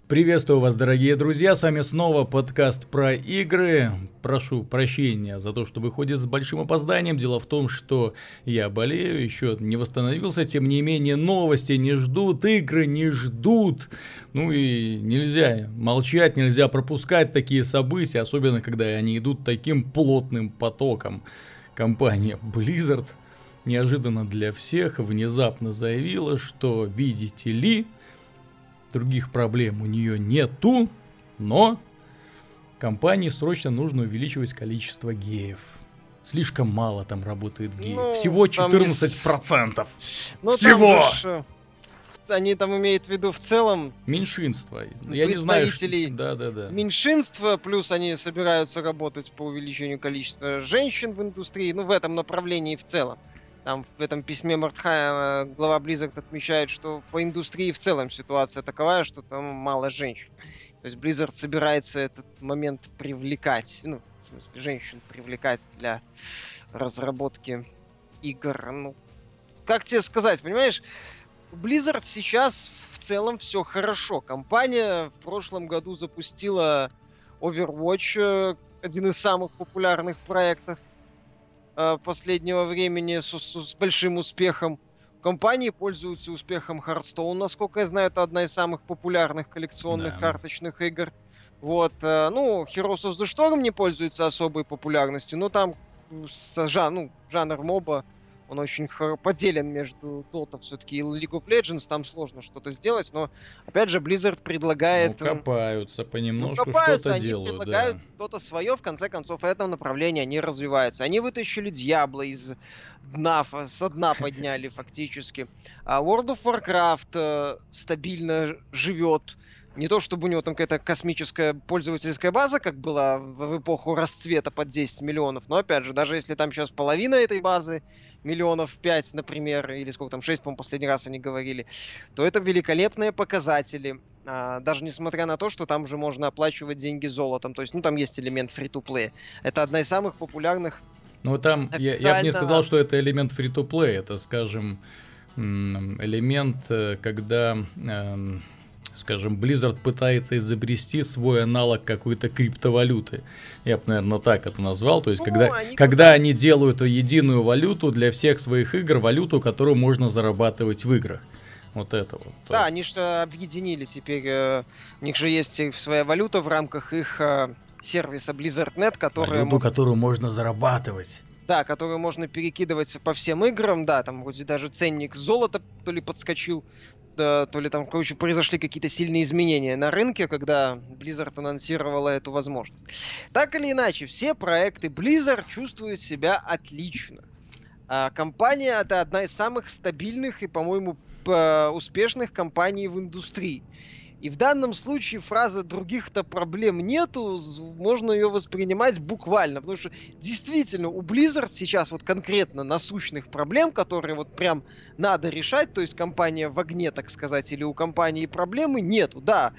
Приветствую вас, дорогие друзья, с вами снова подкаст про игры. Прошу прощения за то, что выходит с большим опозданием. Дело в том, что я болею, еще не восстановился, тем не менее новости не ждут, игры не ждут. Ну и нельзя молчать, нельзя пропускать такие события, особенно когда они идут таким плотным потоком. Компания Blizzard неожиданно для всех внезапно заявила, что, видите ли, других проблем у нее нету, но компании срочно нужно увеличивать количество геев. Слишком мало там работает геев. Ну, всего 14%. Всего! Они там имеют в виду в целом меньшинство. Я не знаю, представителей меньшинства, плюс они собираются работать по увеличению количества женщин в индустрии, ну в этом направлении в целом. Там в этом письме Мортхайма глава Blizzard отмечает, что по индустрии в целом ситуация таковая, что там мало женщин. То есть Blizzard собирается этот момент привлекать, ну, в смысле, женщин привлекать для разработки игр. Ну, как тебе сказать, понимаешь, у Blizzard сейчас в целом все хорошо. Компания в прошлом году запустила Overwatch, один из самых популярных проектов последнего времени с большим успехом. Компании пользуются успехом Hearthstone, насколько я знаю, это одна из самых популярных коллекционных карточных игр. Вот, ну, Heroes of the Storm не пользуется особой популярностью, но там жанр моба, он очень поделен между Dota все-таки и League of Legends, там сложно что-то сделать, но, опять же, Blizzard предлагает... копаются понемножку, что-то они делают, предлагают что-то свое, в конце концов, в этом направлении они развиваются. Они вытащили Diablo из дна, со дна подняли фактически. А World of Warcraft стабильно живет. Не то, чтобы у него там какая-то космическая пользовательская база, как была в эпоху расцвета под 10 миллионов, но, опять же, даже если там сейчас половина этой базы, миллионов 5, например, или сколько там, 6, по-моему, последний раз они говорили, то это великолепные показатели. Даже несмотря на то, что там уже можно оплачивать деньги золотом. То есть, ну, там есть элемент free-to-play. Это одна из самых популярных... Ну, там, я бы не сказал, что это элемент free-to-play. Это, скажем, элемент, когда... скажем, Blizzard пытается изобрести свой аналог какой-то криптовалюты. Я бы, наверное, так это назвал. То есть, когда они делают единую валюту для всех своих игр, валюту, которую можно зарабатывать в играх. Вот это вот. Да, они же объединили теперь. У них же есть своя валюта в рамках их сервиса Blizzard.net, которую можно зарабатывать. Да, которую можно перекидывать по всем играм. Да, там вроде даже ценник золота то ли подскочил, то ли там, короче, произошли какие-то сильные изменения на рынке, когда Blizzard анонсировала эту возможность. Так или иначе, все проекты Blizzard чувствуют себя отлично. Компания — это одна из самых стабильных и, по-моему, успешных компаний в индустрии. И в данном случае фраза «других-то проблем нету», можно ее воспринимать буквально, потому что действительно у Blizzard сейчас вот конкретно насущных проблем, которые вот прям надо решать, то есть компания в огне, так сказать, или у компании проблемы нету. Да,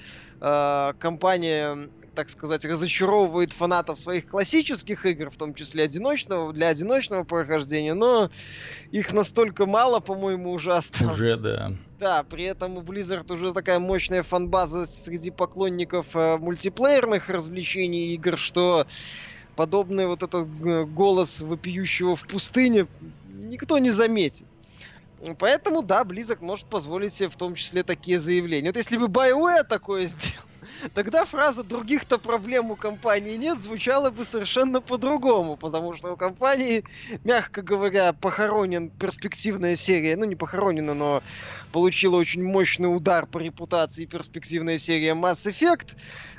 компания, так сказать, разочаровывает фанатов своих классических игр, в том числе для одиночного прохождения, но их настолько мало, по-моему, уже осталось. Уже, да. Да, при этом у Blizzard уже такая мощная фан-база среди поклонников мультиплеерных развлечений игр, что подобный вот этот голос вопиющего в пустыне никто не заметит. Поэтому, да, Blizzard может позволить себе в том числе такие заявления. Вот если бы BioWare такое сделал, тогда фраза «других-то проблем у компании нет» звучала бы совершенно по-другому, потому что у компании, мягко говоря, похоронен перспективная серия, ну не похоронена, но получила очень мощный удар по репутации перспективная серия Mass Effect.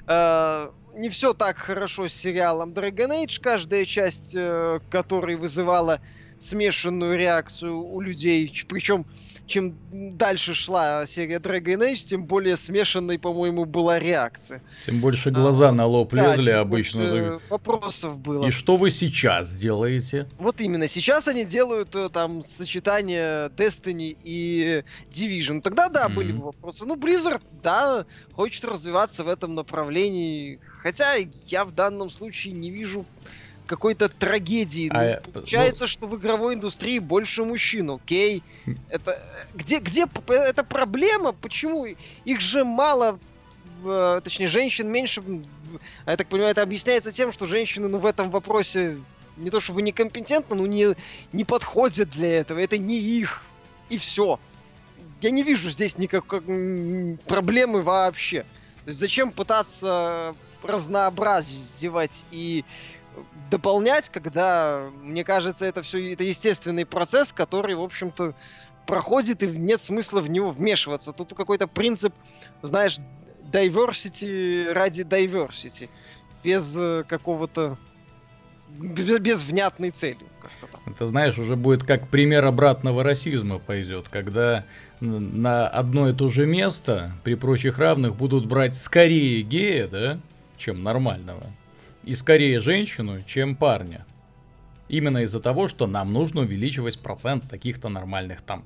Не все так хорошо с сериалом Dragon Age, каждая часть которой вызывала смешанную реакцию у людей, причем чем дальше шла серия Dragon Age, тем более смешанной, по-моему, была реакция. Тем больше глаза на лоб лезли обычно. Вопросов было. И что вы сейчас делаете? Вот именно, сейчас они делают там сочетание Destiny и Division. Тогда, да, были бы вопросы. Ну, Blizzard, да, хочет развиваться в этом направлении. Хотя я в данном случае не вижу какой-то трагедии. Получается, что в игровой индустрии больше мужчин, окей. Это где это проблема? Почему? Их же мало точнее, женщин меньше, я так понимаю, это объясняется тем, что женщины, в этом вопросе не то чтобы некомпетентны, но не подходят для этого, это не их, и все. Я не вижу здесь никакой проблемы вообще. То есть зачем пытаться разнообразить и дополнять, когда, мне кажется, это все это естественный процесс, который, в общем-то, проходит, и нет смысла в него вмешиваться. Тут какой-то принцип, знаешь, diversity ради diversity, без какого-то без внятной цели. Как-то там. Это, знаешь, уже будет как пример обратного расизма пойдет, когда на одно и то же место при прочих равных будут брать скорее гея, да, чем нормального, и скорее женщину, чем парня. Именно из-за того, что нам нужно увеличивать процент таких-то нормальных там,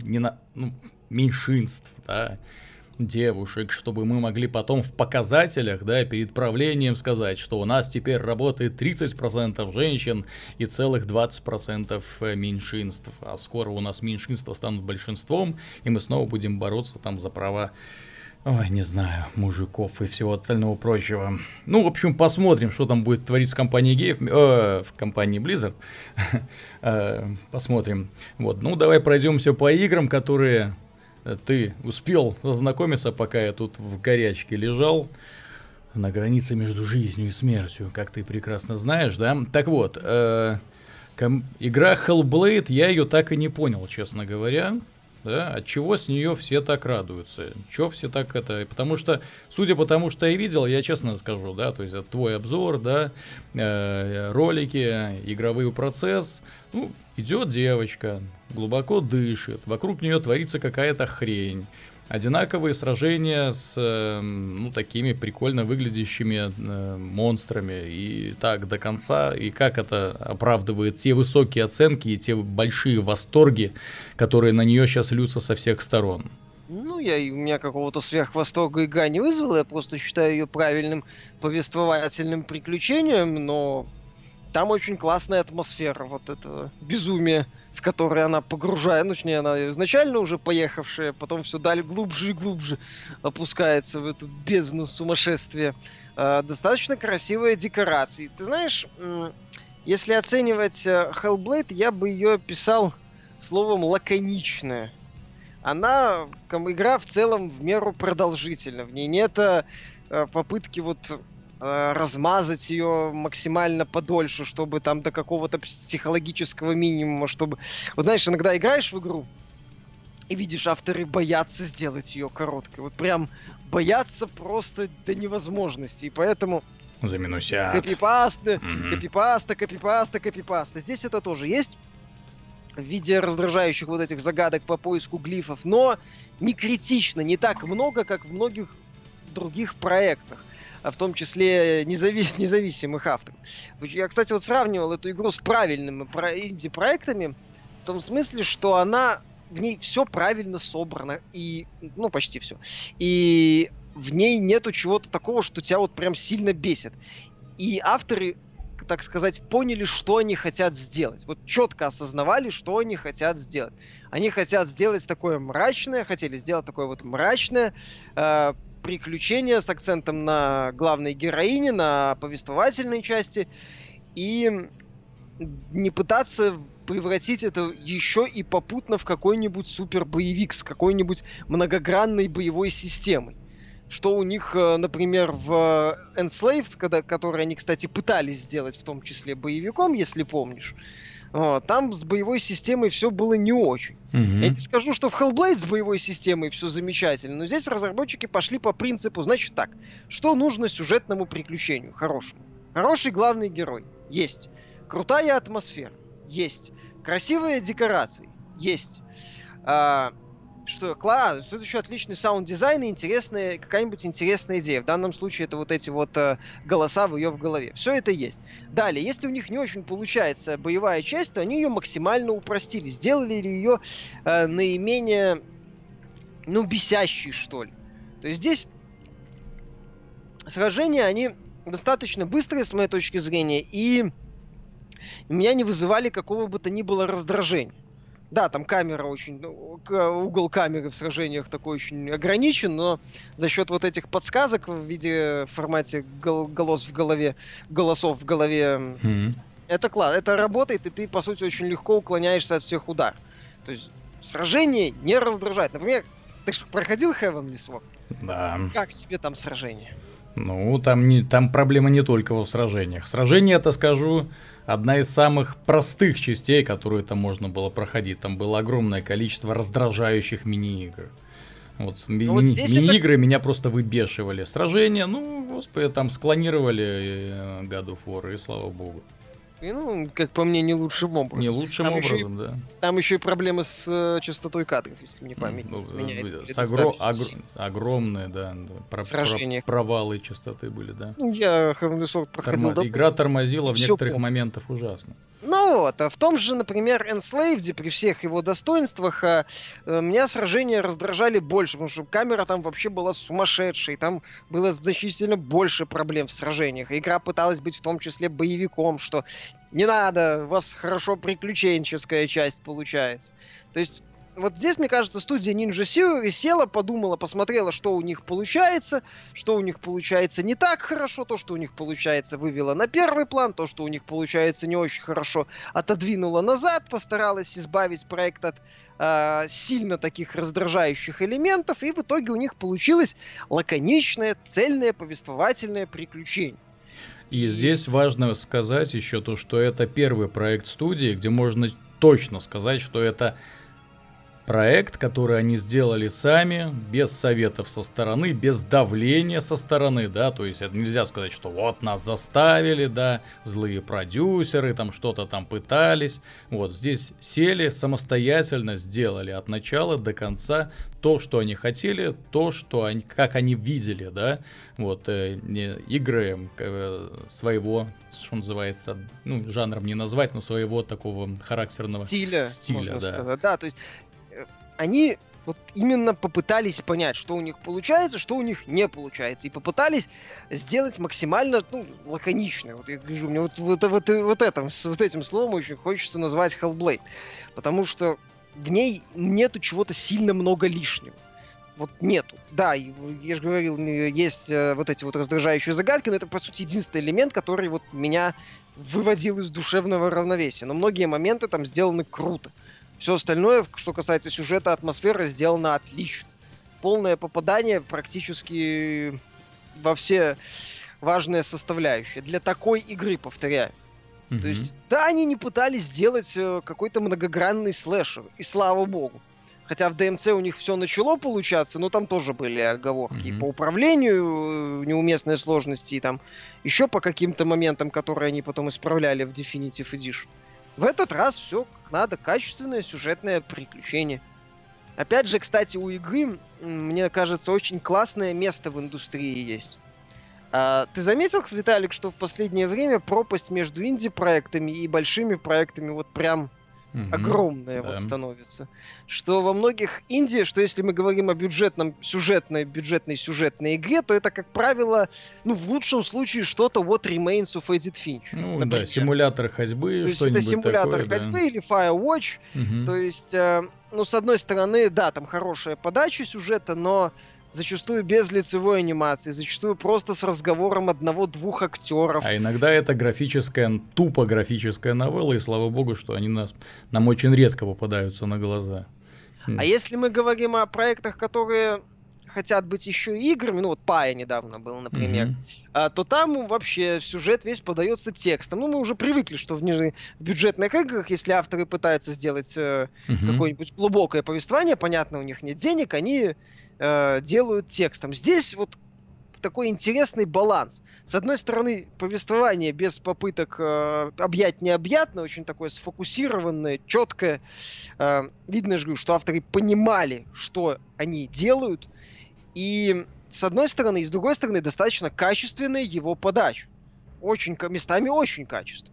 меньшинств, да, девушек, чтобы мы могли потом в показателях, да, перед правлением сказать, что у нас теперь работает 30% женщин и целых 20% меньшинств, а скоро у нас меньшинства станут большинством, и мы снова будем бороться там за права, ой, не знаю, мужиков и всего остального прочего. В общем, посмотрим, что там будет твориться в компании геев, в компании Blizzard. Посмотрим. Вот, давай пройдемся по играм, которые ты успел ознакомиться, пока я тут в горячке лежал. На границе между жизнью и смертью, как ты прекрасно знаешь, да? Так вот, игра Hellblade, я ее так и не понял, честно говоря. Да, отчего с нее все так радуются? Чё все так это? Потому что, судя по тому, что я видел, я честно скажу, да, то есть это твой обзор, да, ролики, игровой процесс. Идет девочка, глубоко дышит, вокруг нее творится какая-то хрень. Одинаковые сражения с такими прикольно выглядящими монстрами. И так до конца. И как это оправдывает те высокие оценки и те большие восторги, которые на нее сейчас льются со всех сторон. У меня какого-то сверхвосторга игра не вызвала. Я просто считаю ее правильным повествовательным приключением. Но там очень классная атмосфера вот этого безумия, в которой она погружает, точнее, она изначально уже поехавшая, потом все далее глубже и глубже опускается в эту бездну сумасшествия. Достаточно красивые декорации. Ты знаешь, если оценивать Hellblade, я бы ее описал словом лаконичная. Игра в целом в меру продолжительна. В ней нет попытки размазать ее максимально подольше, чтобы там до какого-то психологического минимума, чтобы... Вот знаешь, иногда играешь в игру и видишь, авторы боятся сделать ее короткой. Вот прям боятся просто до невозможности. И поэтому... Заминусят. Копипаста. Здесь это тоже есть в виде раздражающих вот этих загадок по поиску глифов, но не критично, не так много, как в многих других проектах, в том числе независимых авторов. Я, кстати, сравнивал эту игру с правильными инди-проектами, в том смысле, что в ней все правильно собрано, и, почти все. И в ней нету чего-то такого, что тебя прям сильно бесит. И авторы, так сказать, поняли, что они хотят сделать. Четко осознавали, что они хотят сделать. Они хотели сделать такое мрачное приключение с акцентом на главной героине, на повествовательной части, и не пытаться превратить это еще и попутно в какой-нибудь супер-боевик с какой-нибудь многогранной боевой системой. Что у них, например, в Enslaved, который они, кстати, пытались сделать в том числе боевиком, если помнишь, там с боевой системой все было не очень. Я не скажу, что в Hellblade с боевой системой все замечательно, но здесь разработчики пошли по принципу, значит так, что нужно сюжетному приключению хорошему? Хороший главный герой. Есть. Крутая атмосфера. Есть. Красивые декорации. Есть. Что тут еще отличный саунд-дизайн и какая-нибудь интересная идея. В данном случае это эти голоса в ее голове. Все это есть. Далее, если у них не очень получается боевая часть, то они ее максимально упростили. Сделали ее наименее, бесящей, что ли. То есть здесь сражения, они достаточно быстрые, с моей точки зрения, и меня не вызывали какого бы то ни было раздражения. Да, там камера очень, ну, угол камеры в сражениях такой очень ограничен, но за счет вот этих подсказок в виде формате голосов в голове, Мгм. это классно, это работает, и ты, по сути, очень легко уклоняешься от всех ударов. То есть сражение не раздражает. Например, ты же проходил Heavenly Sword? Да. Как тебе там сражение? Ну, там проблема не только в сражениях. Сражение, это, скажу, одна из самых простых частей, которую там можно было проходить. Там было огромное количество раздражающих мини-игр. Вот Ну вот здесь это... мини-игры меня просто выбешивали. Сражения, ну, господи, там склонировали God of War, и слава богу. И, ну, как по мне, не лучшим образом. Не лучшим Там образом, да. Там еще и проблемы с частотой кадров, если мне память не Ну, изменяет. огромные, да, Сражениях. провалы частоты были, да. Ну, я Heavenly Sword проходил давно. Игра тормозила в Всё некоторых помню. моментах ужасно. Ну вот, а в том же, например, Enslaved, при всех его достоинствах, меня сражения раздражали больше, потому что камера там вообще была сумасшедшей, там было значительно больше проблем в сражениях. Игра пыталась быть в том числе боевиком, что не надо, у вас хорошо приключенческая часть получается. То есть вот здесь, мне кажется, студия Ninja Theory села, подумала, посмотрела, что у них получается не так хорошо, то, что у них получается, вывела на первый план, то, что у них получается не очень хорошо, отодвинула назад, постаралась избавить проект от сильно таких раздражающих элементов, и в итоге у них получилось лаконичное, цельное, повествовательное приключение. И здесь важно сказать еще то, что это первый проект студии, где можно точно сказать, что это проект, который они сделали сами, без советов со стороны, без давления со стороны, да, то есть это нельзя сказать, что вот нас заставили, да, злые продюсеры там что-то там пытались, вот здесь сели, самостоятельно сделали от начала до конца то, что они хотели, то, что они, как они видели, да, вот, игры своего, что называется, ну, жанром не назвать, но своего такого характерного стиля, можно да. сказать. Да, то есть они вот именно попытались понять, что у них получается, что у них не получается. И попытались сделать максимально, ну, лаконично. Вот я говорю, мне вот этим словом очень хочется назвать Hellblade. Потому что в ней нету чего-то сильно много лишнего. Вот нету. Да, я же говорил, есть вот эти вот раздражающие загадки, но это, по сути, единственный элемент, который вот меня выводил из душевного равновесия. Но многие моменты там сделаны круто. Все остальное, что касается сюжета, атмосферы, сделано отлично. Полное попадание практически во все важные составляющие. Для такой игры, повторяю. Мгм. То есть, да, они не пытались сделать какой-то многогранный слэшер, и слава богу. Хотя в DMC у них все начало получаться, но там тоже были оговорки. И Мгм. по управлению неуместные сложности, и там еще по каким-то моментам, которые они потом исправляли в Definitive Edition. В этот раз все как надо, качественное сюжетное приключение. Опять же, кстати, у игры, мне кажется, очень классное место в индустрии есть. Ты заметил, Виталик, что в последнее время пропасть между инди-проектами и большими проектами вот прям Мгм. огромная Да. вот становится? Что во многих инди, что если мы говорим о бюджетной сюжетной игре, то это, как правило, ну, в лучшем случае что-то вот Remains of Edith Finch. Ну да, например. симулятор ходьбы, То есть это что-нибудь симулятор такое, ходьбы да. или Firewatch. Мгм. То есть, ну, с одной стороны, да, там хорошая подача сюжета, но зачастую без лицевой анимации, зачастую просто с разговором одного-двух актеров. А иногда это тупо графическая новелла, и слава богу, что они нам очень редко попадаются на глаза. А если мы говорим о проектах, которые хотят быть еще и играми, ну вот Пая недавно был, например, Мгм. то там вообще сюжет весь подается текстом. Ну, мы уже привыкли, что в бюджетных играх, если авторы пытаются сделать Мгм. какое-нибудь глубокое повествование, понятно, у них нет денег, они делают текстом. Здесь вот такой интересный баланс. С одной стороны, повествование без попыток объять необъятное, очень такое сфокусированное, четкое. Видно же, что авторы понимали, что они делают. И с одной стороны, и с другой стороны, достаточно качественная его подача. Местами очень качественная.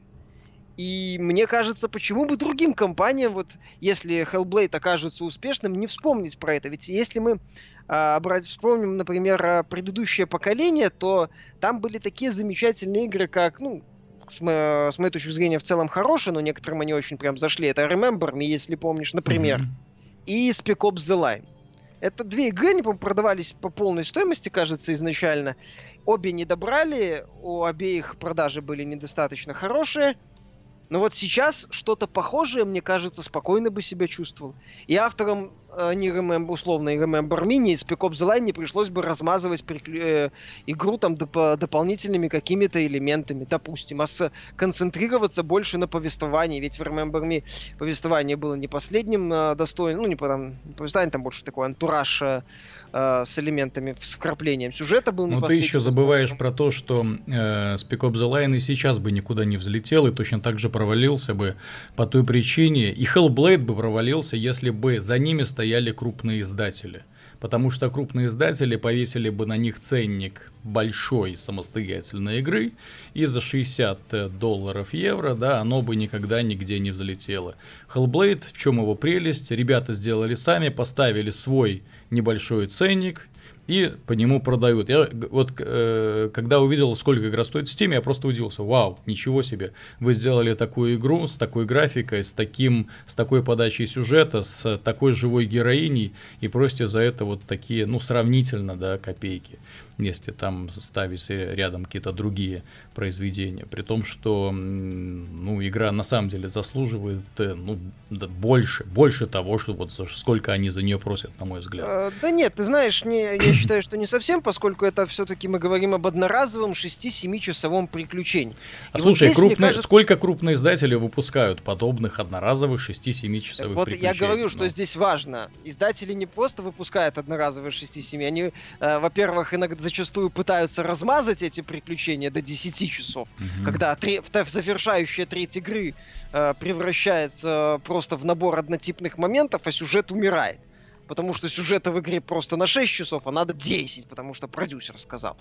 И мне кажется, почему бы другим компаниям, вот если Hellblade окажется успешным, не вспомнить про это. Ведь если мы вспомним, например, предыдущее поколение, то там были такие замечательные игры, как, ну, с моей точки зрения, в целом хорошие, но некоторым они очень прям зашли. Это Remember Me, если помнишь, например, и Spec Ops The Line. Это две игры, они, по-моему, продавались по полной стоимости, кажется, изначально. Обе не добрали, у обеих продажи были недостаточно хорошие. Но вот сейчас что-то похожее, мне кажется, спокойно бы себя чувствовал. И авторам условно Remember Me, и Spec Ops The Line не пришлось бы размазывать игру там дополнительными какими-то элементами, допустим, концентрироваться больше на повествовании. Ведь в Remember Me повествование было не последним достойным, ну, не повествование, там больше такой антураж с элементами, с вкраплением сюжета был не последним. Но ты еще забываешь про то, что Spec Ops The Line и сейчас бы никуда не взлетел, и точно так же провалился бы по той причине, и Hellblade бы провалился, если бы за ними стояли крупные издатели. Потому что крупные издатели повесили бы на них ценник большой самостоятельной игры, и за $60 евро, да, оно бы никогда нигде не взлетело. Hellblade, в чем его прелесть? Ребята сделали сами, поставили свой небольшой ценник и по нему продают. Я вот когда увидел, сколько игра стоит в Steam, я просто удивился. Вау, ничего себе. Вы сделали такую игру с такой графикой, с такой подачей сюжета, с такой живой героиней и просите за это вот такие, ну, сравнительно, да, копейки, если там ставить рядом какие-то другие произведения. При том, что, ну, игра на самом деле заслуживает, ну, да, больше того, что вот сколько они за нее просят, на мой взгляд. Да нет, ты знаешь, я считаю, что не совсем, поскольку это все-таки мы говорим об одноразовом 6-7 часовом приключении. А слушай, сколько крупные издатели выпускают подобных одноразовых 6-7 часовых приключений? Вот я говорю, что здесь важно. Издатели не просто выпускают одноразовые 6-7, они, во-первых, иногда зачастую пытаются размазать эти приключения до 10 часов, когда завершающая треть игры превращается просто в набор однотипных моментов, а сюжет умирает. Потому что сюжета в игре просто на 6 часов, а надо 10, потому что продюсер сказал.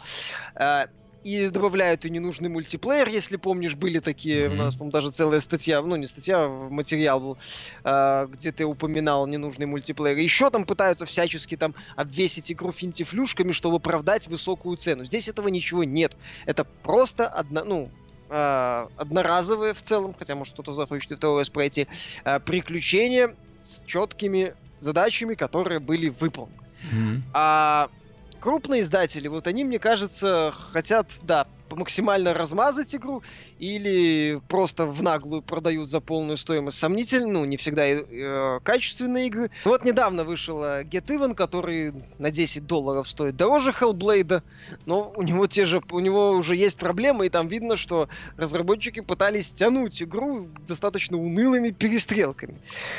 И добавляют и ненужный мультиплеер, если помнишь, были такие, у нас, по-моему, даже целая статья, ну не статья, материал был, где ты упоминал ненужный мультиплеер. И еще там пытаются всячески там обвесить игру финтифлюшками, чтобы оправдать высокую цену. Здесь этого ничего нет. Это просто одноразовые в целом, хотя, может, кто-то захочет и второй раз пройти, приключения с четкими задачами, которые были выполнены. А крупные издатели, вот они, мне кажется, хотят, да, максимально размазать игру или просто в наглую продают за полную стоимость сомнительно, ну, не всегда качественные игры. Вот недавно вышел Get Even, который на $10 стоит дороже Hellblade, но у него уже есть проблемы, и там видно, что разработчики пытались тянуть игру достаточно унылыми перестрелками.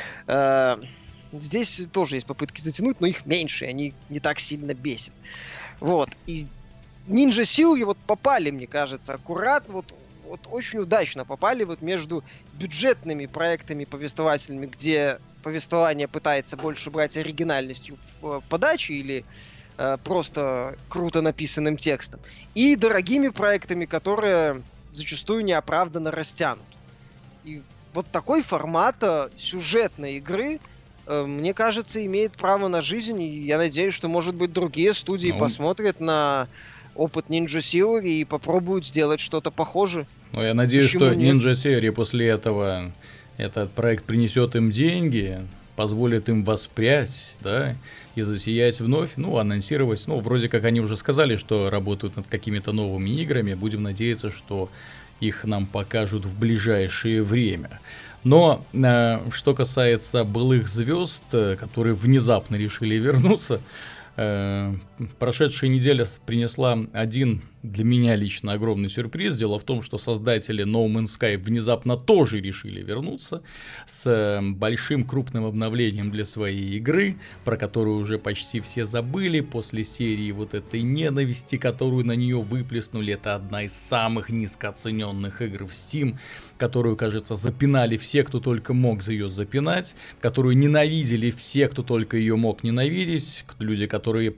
Здесь тоже есть попытки затянуть, но их меньше, они не так сильно бесят. Вот. И Ninja Theory вот попали, мне кажется, аккуратно, вот очень удачно попали вот между бюджетными проектами повествовательными, где повествование пытается больше брать оригинальностью в подаче или просто круто написанным текстом, и дорогими проектами, которые зачастую неоправданно растянут. И вот такой формат сюжетной игры, мне кажется, имеет право на жизнь, и я надеюсь, что, может быть, другие студии посмотрят на опыт Ninja Theory и попробуют сделать что-то похожее. Ну, я надеюсь, что Ninja Theory после этого, этот проект принесет им деньги, позволит им воспрять, да, и засиять вновь, ну, анонсировать, ну, вроде как они уже сказали, что работают над какими-то новыми играми, будем надеяться, что их нам покажут в ближайшее время. Но что касается былых звезд, которые внезапно решили вернуться, прошедшая неделя принесла один для меня лично огромный сюрприз. Дело в том, что создатели No Man's Sky внезапно тоже решили вернуться с большим крупным обновлением для своей игры, про которую уже почти все забыли после серии вот этой ненависти, которую на нее выплеснули. Это одна из самых низкооцененных игр в Steam, которую, кажется, запинали все, кто только мог ее запинать, которую ненавидели все, кто только ее мог ненавидеть, люди, которые про нее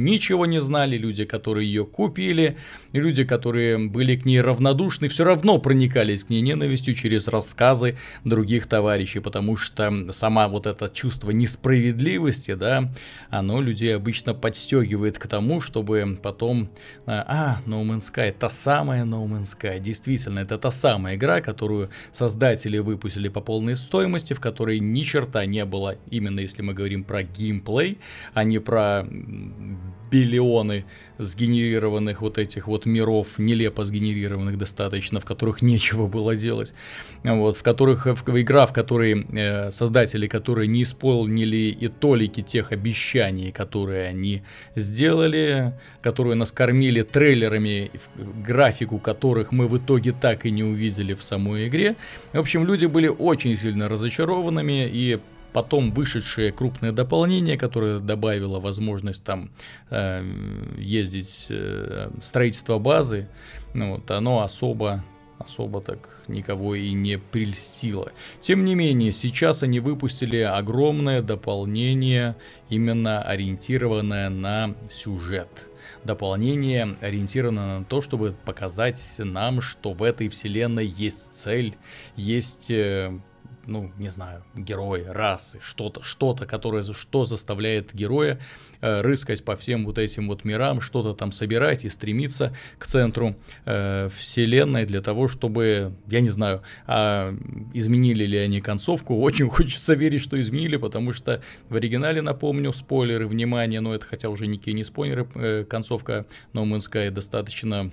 ничего не знали, люди, которые ее купили, люди, которые были к ней равнодушны, все равно проникались к ней ненавистью через рассказы других товарищей, потому что сама вот это чувство несправедливости, да, оно людей обычно подстегивает к тому, чтобы потом, No Man's Sky, та самая No Man's Sky, действительно, это та самая игра, которую создатели выпустили по полной стоимости, в которой ни черта не было, именно если мы говорим про геймплей, а не про биллионы сгенерированных вот этих вот миров, нелепо сгенерированных достаточно, в которых нечего было делать, вот, в которых игра, в которой создатели, которые не исполнили и толики тех обещаний, которые они сделали, которые нас кормили трейлерами, графику которых мы в итоге так и не увидели в самой игре. В общем, люди были очень сильно разочарованными, и потом вышедшее крупное дополнение, которое добавило возможность там ездить, строительство базы, вот, оно особо так никого и не прельстило. Тем не менее, сейчас они выпустили огромное дополнение, именно ориентированное на сюжет. Дополнение ориентировано на то, чтобы показать нам, что в этой вселенной есть цель, есть... не знаю, герои, расы, что-то, которое что заставляет героя рыскать по всем вот этим вот мирам, что-то там собирать и стремиться к центру вселенной для того, чтобы, я не знаю, изменили ли они концовку, очень хочется верить, что изменили, потому что в оригинале, напомню, спойлеры, внимание, но это хотя уже никакие не спойлеры, концовка No Man's Sky достаточно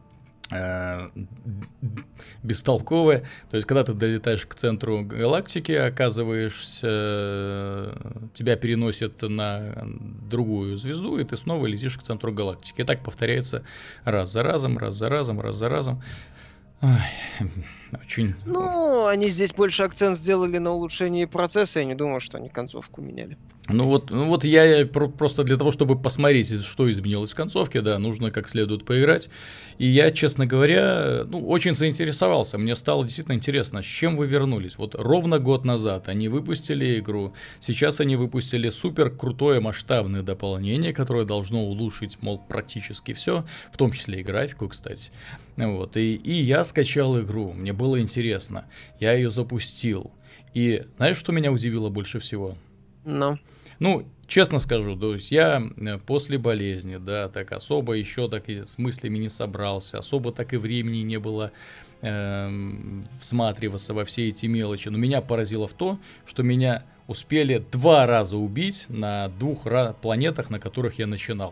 бестолковая. То есть, когда ты долетаешь к центру галактики, оказываешься, тебя переносят на другую звезду, и ты снова летишь к центру галактики. И так повторяется раз за разом. Ой, очень... они здесь больше акцент сделали на улучшении процесса, я не думаю, что они концовку меняли. Ну вот я просто для того, чтобы посмотреть, что изменилось в концовке, да, нужно как следует поиграть. И я, честно говоря, очень заинтересовался. Мне стало действительно интересно, с чем вы вернулись. Вот ровно год назад они выпустили игру. Сейчас они выпустили супер крутое масштабное дополнение, которое должно улучшить, практически все, в том числе и графику, кстати. Вот. И я скачал игру, мне было интересно. Я ее запустил. И знаешь, что меня удивило больше всего? Честно скажу, то есть я после болезни, да, так особо еще так и с мыслями не собрался, особо так и времени не было всматриваться во все эти мелочи. Но меня поразило в то, что меня успели 2 раза убить на 2 планетах, на которых я начинал.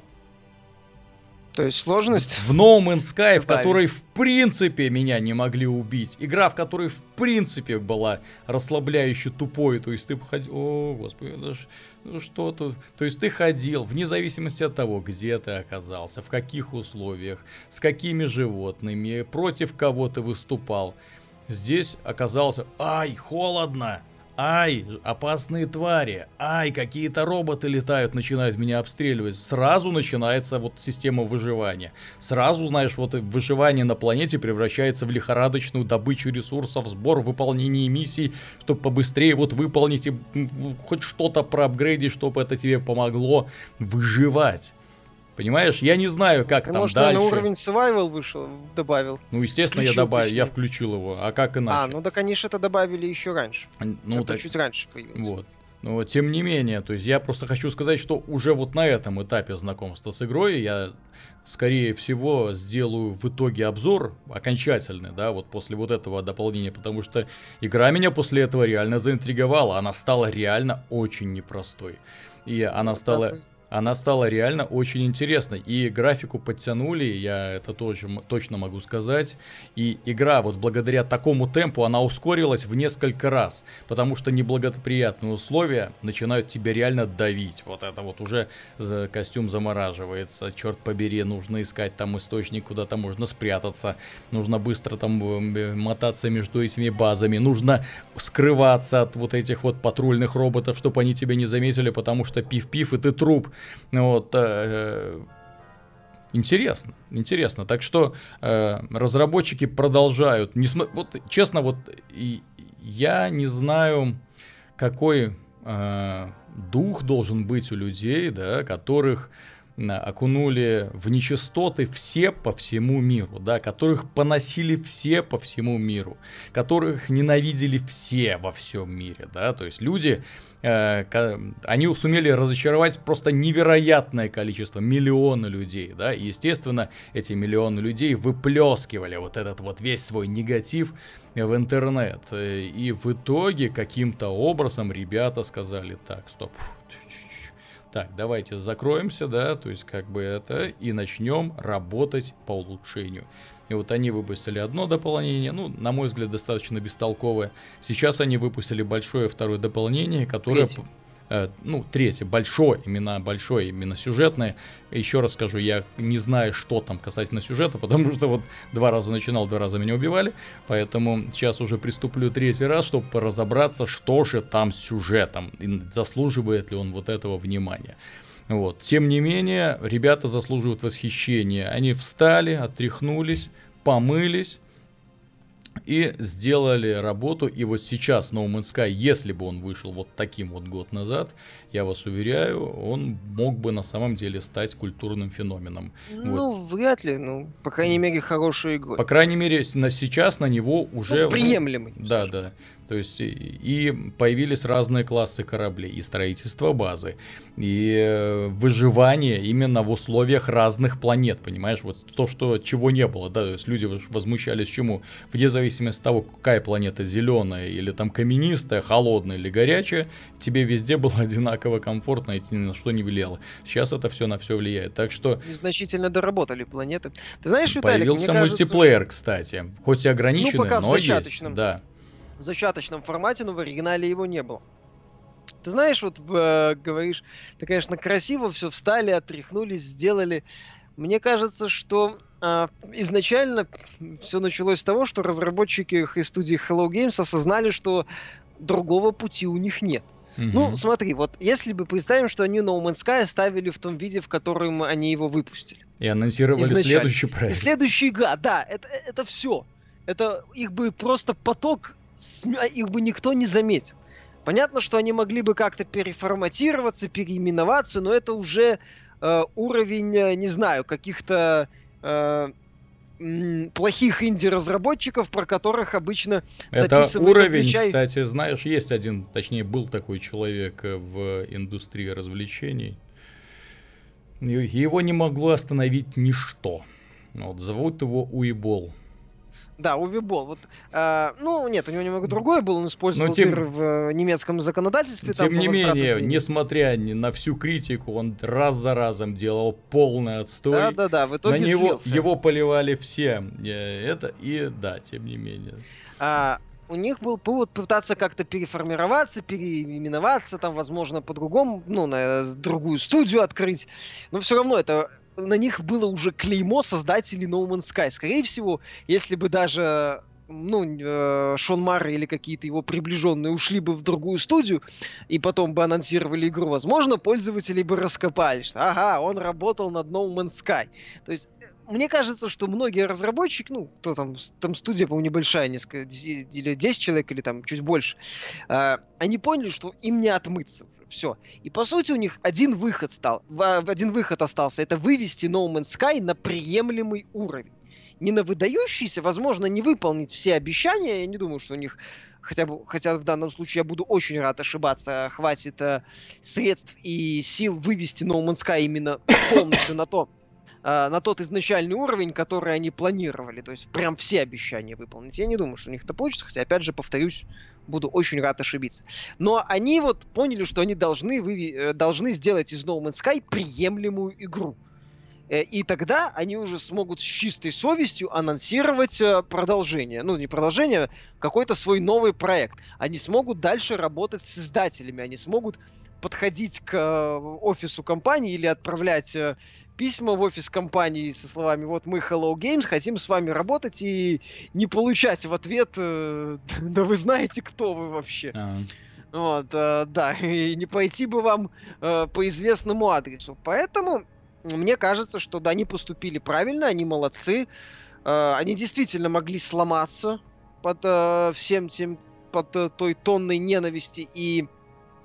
То есть сложность? В No Man's Sky, в которой в принципе меня не могли убить. Игра, в которой в принципе была расслабляюще тупой. То есть ты ходил... О, господи, что тут? То есть ты ходил, вне зависимости от того, где ты оказался, в каких условиях, с какими животными, против кого ты выступал. Здесь оказался... Ай, холодно! Ай, опасные твари, ай, какие-то роботы летают, начинают меня обстреливать. Сразу начинается вот система выживания. Сразу, знаешь, вот выживание на планете превращается в лихорадочную добычу ресурсов, сбор, выполнение миссий, чтобы побыстрее вот выполнить и хоть что-то проапгрейдить, чтобы это тебе помогло выживать. Понимаешь, я не знаю, как там может, дальше. Может, на уровень survival вышел, добавил? Естественно, я включил его, а как иначе? Да, конечно, это добавили еще раньше. Это чуть раньше появилось. Вот. Но тем не менее, то есть я просто хочу сказать, что уже вот на этом этапе знакомства с игрой я, скорее всего, сделаю в итоге обзор окончательный, да, вот после вот этого дополнения, потому что игра меня после этого реально заинтриговала, она стала реально очень непростой, и она стала реально очень интересной. И графику подтянули, я это тоже точно могу сказать. И игра вот благодаря такому темпу, она ускорилась в несколько раз. Потому что неблагоприятные условия начинают тебя реально давить. Вот это вот уже костюм замораживается. Черт побери, нужно искать там источник, куда-то можно спрятаться. Нужно быстро там мотаться между этими базами. Нужно скрываться от вот этих вот патрульных роботов, чтобы они тебя не заметили, потому что пиф-пиф, и ты труп. Вот, интересно. Так что разработчики продолжают. Вот, честно, вот я не знаю, какой дух должен быть у людей, да, которых окунули в нечистоты все по всему миру, да, которых поносили все по всему миру, которых ненавидели все во всем мире, да, то есть люди, они сумели разочаровать просто невероятное количество, миллионы людей, да, и, естественно, эти миллионы людей выплескивали вот этот вот весь свой негатив в интернет, и в итоге каким-то образом ребята сказали: так, стоп, так, давайте закроемся, да, то есть как бы это, и начнем работать по улучшению. И вот они выпустили одно дополнение, ну, на мой взгляд, достаточно бестолковое. Сейчас они выпустили большое второе дополнение, которое... третье, большое, именно сюжетное. Еще раз скажу, я не знаю, что там касательно сюжета, потому что вот 2 раза начинал, 2 раза меня убивали, поэтому сейчас уже приступлю 3-й раз, чтобы разобраться, что же там с сюжетом, и заслуживает ли он вот этого внимания. Вот. Тем не менее, ребята заслуживают восхищения. Они встали, отряхнулись, помылись и сделали работу. И вот сейчас No Man's Sky, если бы он вышел вот таким вот год назад, я вас уверяю, он мог бы на самом деле стать культурным феноменом. Ну, вот. Вряд ли, по крайней мере, хорошей игрой. По крайней мере, сейчас на него уже... приемлемый. Да, да. То есть и появились разные классы кораблей, и строительство базы, и выживание именно в условиях разных планет, понимаешь? Вот то, чего не было, да, то есть люди возмущались чему? Вне зависимости от того, какая планета, зеленая или там каменистая, холодная или горячая, тебе везде было одинаково комфортно и ни на что не влияло. Сейчас это все на все влияет, так что... Незначительно доработали планеты. Ты знаешь, Виталик, появился мультиплеер, кстати, хоть и ограниченный, пока но есть, да. В зачаточном формате, но в оригинале его не было. Ты знаешь, вот говоришь, ты, конечно, красиво все встали, отряхнулись, сделали. Мне кажется, что изначально все началось с того, что разработчики из студии Hello Games осознали, что другого пути у них нет. Ну, смотри, вот если бы представим, что они No Man's Sky оставили в том виде, в котором они его выпустили. И анонсировали следующий проект. И следующий год, да, это все. Это их бы просто поток, их бы никто не заметил. Понятно, что они могли бы как-то переформатироваться, переименоваться, но это уже уровень, не знаю, каких-то плохих инди-разработчиков, про которых обычно записывают. Это уровень, кстати, знаешь, есть один, точнее, был такой человек в индустрии развлечений. Его не могло остановить ничто. Вот, зовут его Уибол. Да, Увибол. Вот, нет, у него немного другое было, он использовал дыры в немецком законодательстве. Тем не менее, несмотря на всю критику, он раз за разом делал полный отстой. Да, в итоге его поливали все. Тем не менее. У них был повод пытаться как-то переформироваться, переименоваться, там, возможно, по-другому, на другую студию открыть. Но все равно это... На них было уже клеймо создателей No Man's Sky. Скорее всего, если бы даже Шон Марр или какие-то его приближенные ушли бы в другую студию и потом бы анонсировали игру, возможно, пользователи бы раскопали, что ага, он работал над No Man's Sky. То есть мне кажется, что многие разработчики, кто там студия, по-моему, небольшая, несколько, или 10 человек, или там чуть больше, они поняли, что им не отмыться уже, все. И по сути у них один выход остался, это вывести No Man's Sky на приемлемый уровень. Не на выдающийся, возможно, не выполнить все обещания, я не думаю, что у них хотя в данном случае я буду очень рад ошибаться, хватит средств и сил вывести No Man's Sky именно полностью на тот изначальный уровень, который они планировали. То есть прям все обещания выполнить. Я не думаю, что у них это получится, хотя, опять же, повторюсь, буду очень рад ошибиться. Но они вот поняли, что они должны сделать из No Man's Sky приемлемую игру. И тогда они уже смогут с чистой совестью анонсировать продолжение. Не продолжение, какой-то свой новый проект. Они смогут дальше работать с издателями, они смогут подходить к офису компании или отправлять письма в офис компании со словами: вот мы Hello Games, хотим с вами работать, и не получать в ответ да вы знаете, кто вы вообще. Вот, да, и не пойти бы вам по известному адресу. Поэтому мне кажется, что да, они поступили правильно, они молодцы. Они действительно могли сломаться под всем тем, под той тонной ненависти и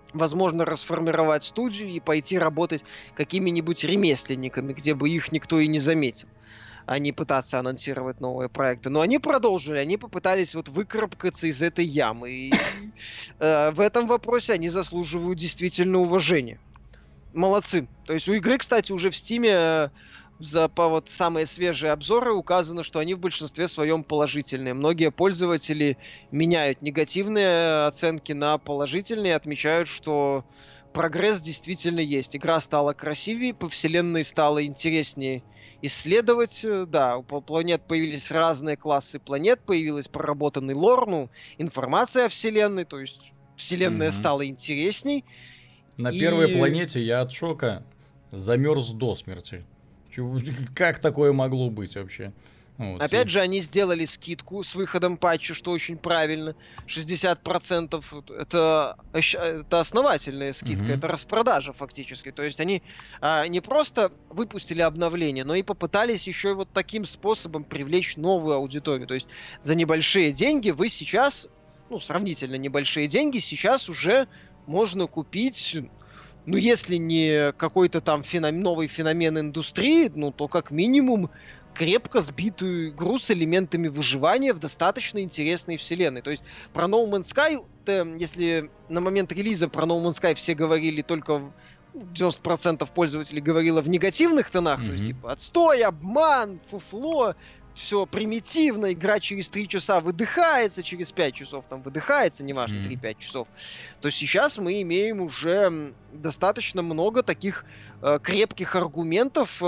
возможно, расформировать студию и пойти работать какими-нибудь ремесленниками, где бы их никто и не заметил, а не пытаться анонсировать новые проекты. Но они продолжили, они попытались вот выкарабкаться из этой ямы. И в этом вопросе они заслуживают действительно уважения. Молодцы. То есть у игры, кстати, уже в Стиме по вот самые свежие обзоры указано, что они в большинстве своем положительные. Многие пользователи меняют негативные оценки на положительные, отмечают, что прогресс действительно есть. Игра стала красивее, по вселенной стало интереснее исследовать. Да, у планет появились разные классы планет, появилась проработанный лор, ну, информация о вселенной, то есть вселенная стала интересней. На первой планете я от шока замерз до смерти. Как такое могло быть вообще? Вот. Опять же, они сделали скидку с выходом патча, что очень правильно. 60% это основательная скидка, это распродажа фактически. То есть они не просто выпустили обновление, но и попытались еще и вот таким способом привлечь новую аудиторию. То есть за небольшие деньги вы сейчас, ну, сравнительно небольшие деньги, сейчас уже можно купить, ну, если не какой-то там новый феномен индустрии, ну, то как минимум крепко сбитую игру с элементами выживания в достаточно интересной вселенной. То есть про No Man's Sky, если на момент релиза про No Man's Sky все говорили только 90% пользователей говорило в негативных тонах, то есть типа отстой, обман, фуфло, все примитивно, игра через 3 часа выдыхается, через 5 часов там выдыхается, неважно, 3-5 часов, то сейчас мы имеем уже достаточно много таких крепких аргументов,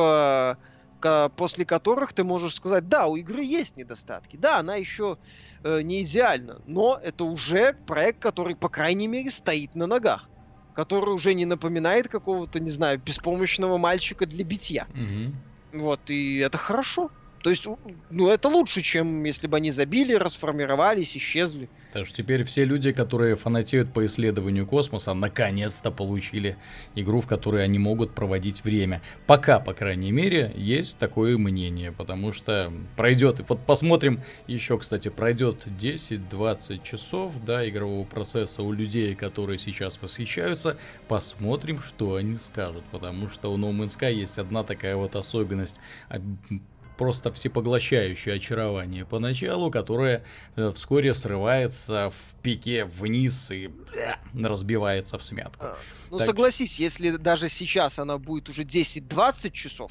после которых ты можешь сказать, да, у игры есть недостатки, да, она еще не идеальна, но это уже проект, который, по крайней мере, стоит на ногах, который уже не напоминает какого-то, не знаю, беспомощного мальчика для битья. Вот, и это хорошо. То есть, ну, это лучше, чем если бы они забили, расформировались, исчезли. Так что теперь все люди, которые фанатеют по исследованию космоса, наконец-то получили игру, в которой они могут проводить время. Пока, по крайней мере, есть такое мнение, потому что пройдет, вот посмотрим, еще, кстати, пройдет 10-20 часов, да, игрового процесса у людей, которые сейчас восхищаются, посмотрим, что они скажут, потому что у No Man's Sky есть одна такая вот особенность, просто всепоглощающее очарование поначалу, которое вскоре срывается в пике вниз и разбивается в смятку. Ну, так... согласись, если даже сейчас она будет уже 10-20 часов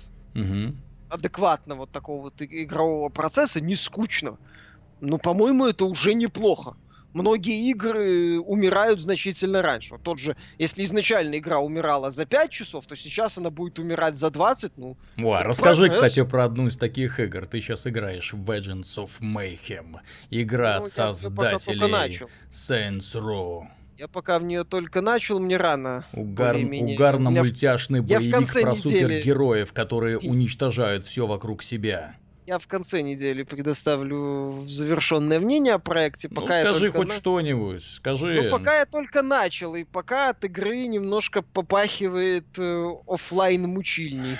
адекватно вот такого вот игрового процесса, не скучно, но, по-моему, это уже неплохо. Многие игры умирают значительно раньше. Вот тот же, если изначально игра умирала за 5 часов, то сейчас она будет умирать за 20, ну... Расскажи, кстати, про одну из таких игр. Ты сейчас играешь в Legends of Mayhem. Игра от создателей Saints Row. Я пока в нее только начал, мне рано. Угарно-мультяшный боевик про супергероев, которые уничтожают все вокруг себя. Я в конце недели предоставлю завершенное мнение о проекте. Пока скажи хоть что-нибудь, скажи. Ну, пока я только начал, и пока от игры немножко попахивает офлайн мучильни.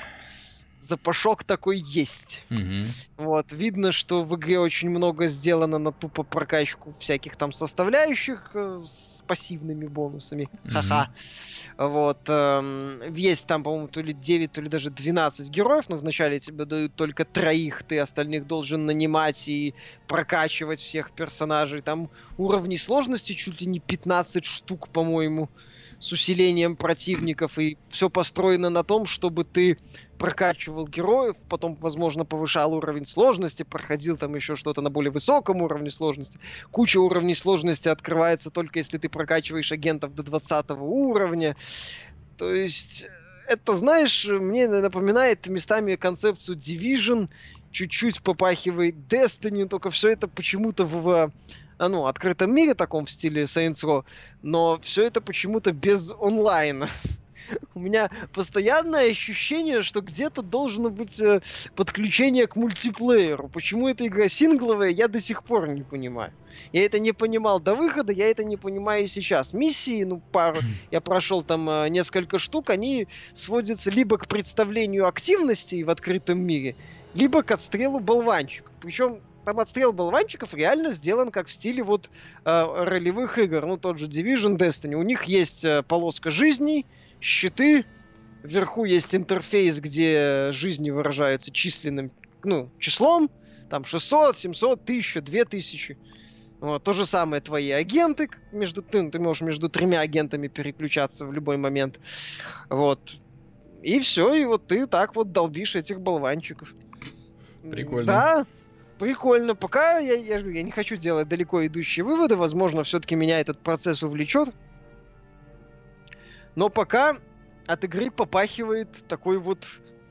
Запашок такой есть. Вот, видно, что в игре очень много сделано на тупо прокачку всяких там составляющих с пассивными бонусами. Ха-ха. Вот, есть там, по-моему, то ли 9, то ли даже 12 героев, но вначале тебе дают только 3, ты остальных должен нанимать и прокачивать всех персонажей. Там уровней сложности чуть ли не 15 штук, по-моему, с усилением противников, и все построено на том, чтобы ты прокачивал героев, потом, возможно, повышал уровень сложности, проходил там еще что-то на более высоком уровне сложности. Куча уровней сложности открывается только если ты прокачиваешь агентов до 20 уровня. То есть, это, знаешь, мне напоминает местами концепцию Division, чуть-чуть попахивает Destiny, только все это почему-то в открытом мире, таком в стиле Saints Row, но все это почему-то без онлайна. У меня постоянное ощущение, что где-то должно быть подключение к мультиплееру. Почему эта игра сингловая, я до сих пор не понимаю. Я это не понимал до выхода, я это не понимаю и сейчас. Миссии, я прошел там несколько штук, они сводятся либо к представлению активностей в открытом мире, либо к отстрелу болванчиков. Причем там отстрел болванчиков реально сделан как в стиле вот ролевых игр. Ну, тот же Division, Destiny. У них есть полоска жизней, щиты. Вверху есть интерфейс, где жизни выражаются численным, числом. Там 600, 700, 1000, 2000. Вот, то же самое твои агенты. Ты можешь между 3 агентами переключаться в любой момент. Вот. И все, и вот ты так вот долбишь этих болванчиков. Прикольно. Да, прикольно. Пока я не хочу делать далеко идущие выводы. Возможно, все-таки меня этот процесс увлечет. Но пока от игры попахивает такой вот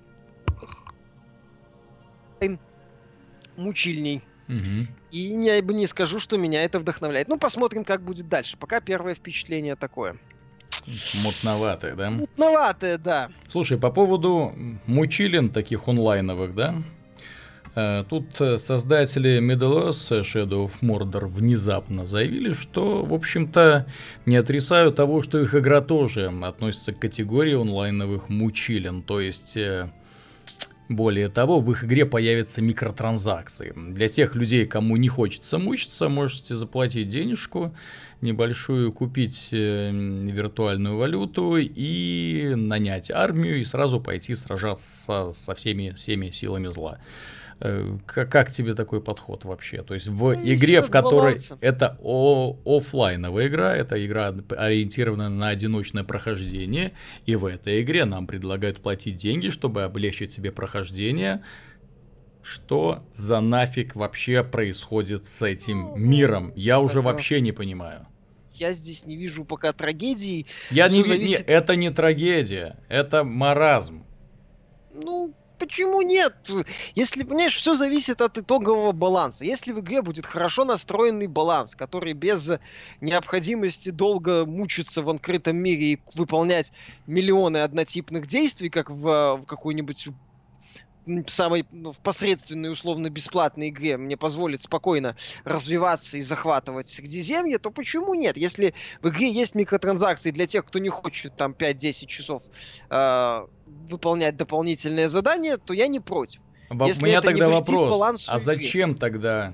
мучильней. Угу. И я бы не скажу, что меня это вдохновляет. Ну, посмотрим, как будет дальше. Пока первое впечатление такое. Мутноватое, да? Мутноватое, да. Слушай, по поводу мучилин таких онлайновых, да? Тут создатели Middle Earth Shadow of Mordor внезапно заявили, что, в общем-то, не отрицают того, что их игра тоже относится к категории онлайновых мучилин. То есть, более того, в их игре появятся микротранзакции. Для тех людей, кому не хочется мучиться, можете заплатить денежку небольшую, купить виртуальную валюту и нанять армию и сразу пойти сражаться со всеми силами зла. Как тебе такой подход вообще? То есть в игре, в которой это оффлайновая игра, это игра ориентирована на одиночное прохождение, и в этой игре нам предлагают платить деньги, чтобы облегчить себе прохождение. Что за нафиг вообще происходит с этим миром? Я уже вообще не понимаю. Я здесь не вижу пока трагедии. Это не трагедия, это маразм. Ну, почему нет? Если, понимаешь, все зависит от итогового баланса. Если в игре будет хорошо настроенный баланс, который без необходимости долго мучиться в открытом мире и выполнять миллионы однотипных действий, как в какой-нибудь самой в посредственной условно-бесплатной игре мне позволит спокойно развиваться и захватывать Средиземье, то почему нет? Если в игре есть микротранзакции для тех, кто не хочет там 5-10 часов выполнять дополнительные задания, то я не против. У меня тогда вопрос, зачем тогда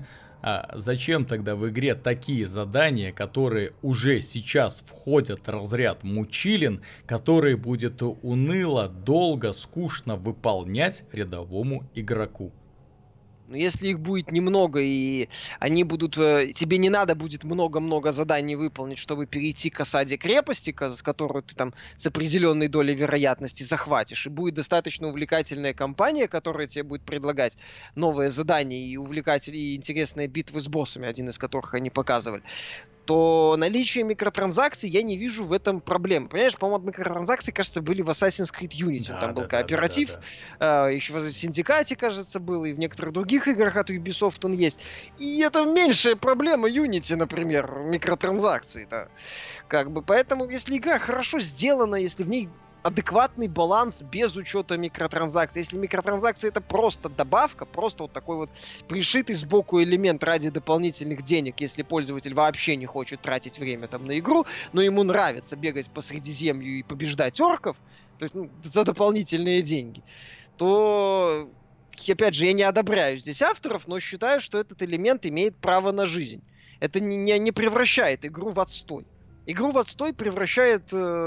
в игре такие задания, которые уже сейчас входят в разряд мучилин, которые будет уныло, долго, скучно выполнять рядовому игроку? Но если их будет немного, и они будут... Тебе не надо будет много-много заданий выполнить, чтобы перейти к осаде крепости, которую ты там с определенной долей вероятности захватишь, и будет достаточно увлекательная кампания, которая тебе будет предлагать новые задания и увлекательные и интересные битвы с боссами, один из которых они показывали, то наличие микротранзакций я не вижу в этом проблемы. Понимаешь, по-моему, микротранзакции, кажется, были в Assassin's Creed Unity. Там был кооператив, еще в Синдикате, кажется, был, и в некоторых других играх от Ubisoft он есть. И это меньшая проблема Unity, например, микротранзакции-то. Поэтому, если игра хорошо сделана, если в ней адекватный баланс без учета микротранзакций. Если микротранзакции это просто добавка, просто вот такой вот пришитый сбоку элемент ради дополнительных денег, если пользователь вообще не хочет тратить время там на игру, но ему нравится бегать по Средиземью и побеждать орков, то есть за дополнительные деньги, то, опять же, я не одобряю здесь авторов, но считаю, что этот элемент имеет право на жизнь. Это не превращает игру в отстой. Игру в отстой превращает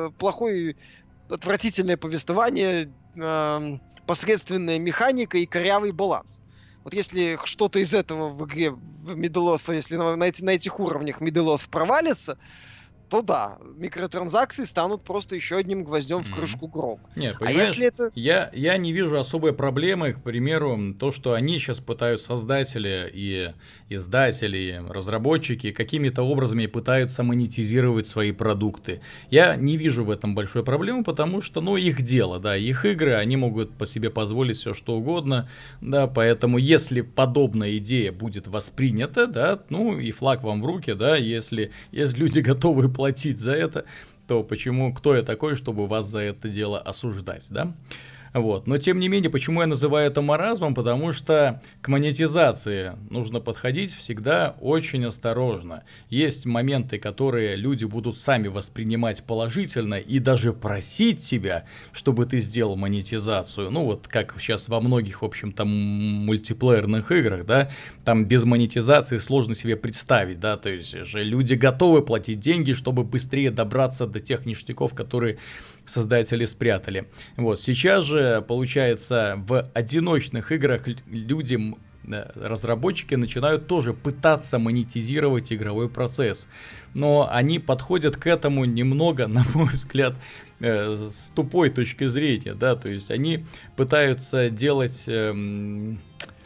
отвратительное повествование, посредственная механика и корявый баланс. Вот если что-то из этого в игре в Middle Earth, если на этих уровнях Middle Earth провалится, то да, микротранзакции станут просто еще одним гвоздем в крышку гроба. Нет, понимаешь, если это... я не вижу особой проблемы, к примеру, то, что они сейчас пытаются, создатели и издатели, и разработчики, какими-то образами пытаются монетизировать свои продукты. Я не вижу в этом большой проблемы, потому что, их дело, да, их игры, они могут по себе позволить все что угодно, да, поэтому если подобная идея будет воспринята, да, и флаг вам в руки, да, если люди готовы платить за это, то кто я такой, чтобы вас за это дело осуждать, да? Вот. Но тем не менее, почему я называю это маразмом? Потому что к монетизации нужно подходить всегда очень осторожно. Есть моменты, которые люди будут сами воспринимать положительно и даже просить тебя, чтобы ты сделал монетизацию. Ну вот как сейчас во многих, в общем-то, мультиплеерных играх, да, там без монетизации сложно себе представить, да, то есть же люди готовы платить деньги, чтобы быстрее добраться до тех ништяков, которые создатели спрятали. Вот, сейчас же, получается, в одиночных играх люди, разработчики начинают тоже пытаться монетизировать игровой процесс. Но они подходят к этому немного, на мой взгляд, с тупой точки зрения, да, то есть они пытаются делать, ну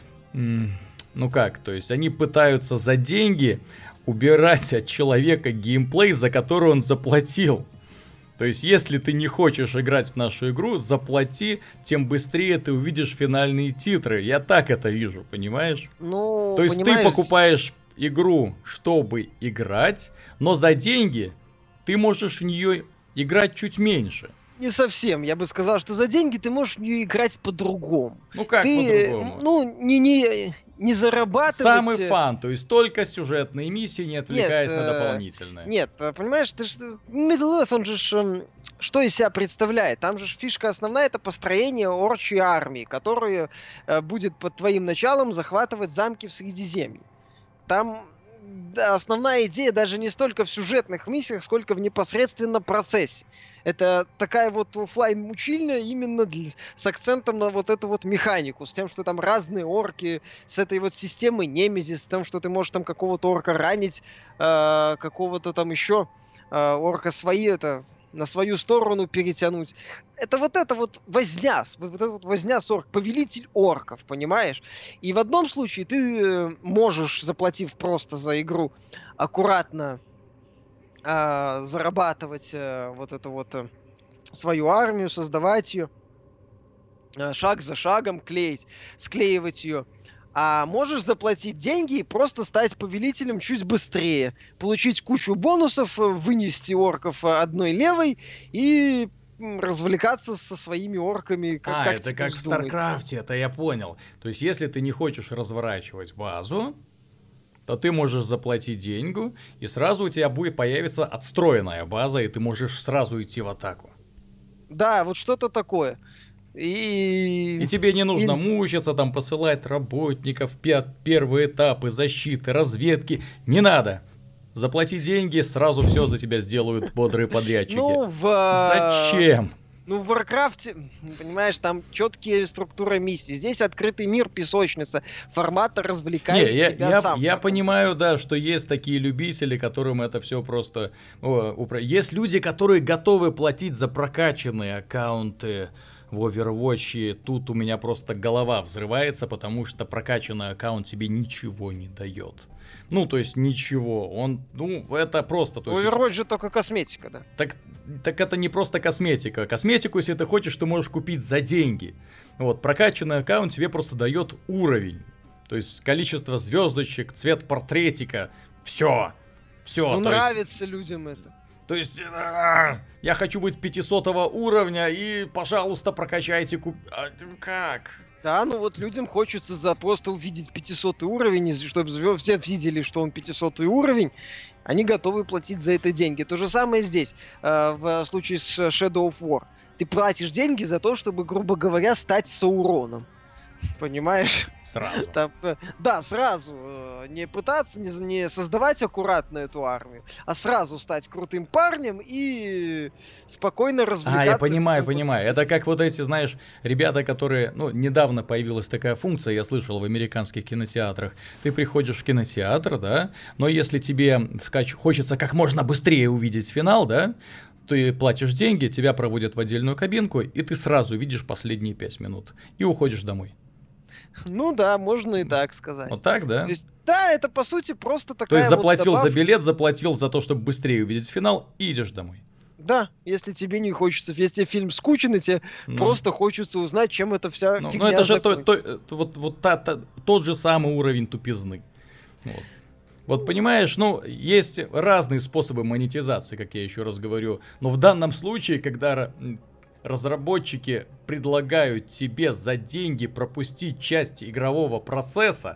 как, то есть они пытаются за деньги убирать от человека геймплей, за который он заплатил. То есть, если ты не хочешь играть в нашу игру, заплати, тем быстрее ты увидишь финальные титры. Я так это вижу, понимаешь? Ну, то есть, понимаешь... ты покупаешь игру, чтобы играть, но за деньги ты можешь в нее играть чуть меньше. Не совсем. Я бы сказал, что за деньги ты можешь в нее играть по-другому. Ну как по-другому? Ну, не зарабатывать... Самый фан, то есть только сюжетные миссии, не отвлекаясь на дополнительные. Нет, понимаешь, ты Middle-earth, он же что из себя представляет? Там же фишка основная — это построение орчьей армии, которая будет под твоим началом захватывать замки в Средиземье. Там основная идея даже не столько в сюжетных миссиях, сколько в непосредственном процессе. Это такая вот оффлайн-мучильня именно с акцентом на вот эту вот механику, с тем, что там разные орки, с этой вот системой Немезис, с тем, что ты можешь там какого-то орка ранить, какого-то там еще орка на свою сторону перетянуть. Это вот возня, вот эта вот возня с повелитель орков, понимаешь? И в одном случае ты можешь, заплатив просто за игру, аккуратно зарабатывать вот эту вот свою армию, создавать ее, шаг за шагом склеивать ее. А можешь заплатить деньги и просто стать повелителем чуть быстрее, получить кучу бонусов, вынести орков одной левой и развлекаться со своими орками. Это как в Старкрафте, это я понял. То есть, если ты не хочешь разворачивать базу, то ты можешь заплатить деньги, и сразу у тебя будет появиться отстроенная база, и ты можешь сразу идти в атаку. Да, вот что-то такое. И тебе не нужно мучиться, там посылать работников, первые этапы защиты, разведки. Не надо. Заплати деньги, сразу все за тебя сделают бодрые подрядчики. Зачем? Ну, в Warcraft, понимаешь, там четкие структуры миссий. Здесь открытый мир, песочница, формата развлекай себя сам. Я понимаю, да, что есть такие любители, которым это все просто... Есть люди, которые готовы платить за прокачанные аккаунты в Overwatch, и тут у меня просто голова взрывается, потому что прокачанный аккаунт тебе ничего не дает. Ну, то есть ничего. Это просто... То есть, Overwatch же только косметика, да? Так это не просто косметика. Косметику, если ты хочешь, ты можешь купить за деньги. Вот, прокачанный аккаунт тебе просто дает уровень. То есть количество звездочек, цвет портретика. Все. Нравится людям это. То есть, я хочу быть 500 уровня, и, пожалуйста, прокачайте. Как? Да, ну вот людям хочется просто увидеть 500 уровень, чтобы все видели, что он 500 уровень. Они готовы платить за это деньги. То же самое здесь, в случае с Shadow of War. Ты платишь деньги за то, чтобы, грубо говоря, стать Сауроном. Понимаешь? Сразу. Да, сразу. Не пытаться, не создавать аккуратно эту армию, а сразу стать крутым парнем и спокойно развлекаться. Я понимаю. Это как вот эти, знаешь, ребята, которые... недавно появилась такая функция, я слышал в американских кинотеатрах. Ты приходишь в кинотеатр, да, но если тебе хочется как можно быстрее увидеть финал, да, ты платишь деньги, тебя проводят в отдельную кабинку, и ты сразу видишь последние 5 минут и уходишь домой. Ну да, можно и так сказать. Вот так, да? То есть, да, это по сути просто такая. То есть заплатил за билет, заплатил за то, чтобы быстрее увидеть финал, и идешь домой. Да, если тебе не хочется, если фильм скучен, и тебе просто хочется узнать, чем эта вся фигня это же тот же самый уровень тупизны. Вот понимаешь, есть разные способы монетизации, как я еще раз говорю. Но в данном случае, когда разработчики предлагают тебе за деньги пропустить часть игрового процесса.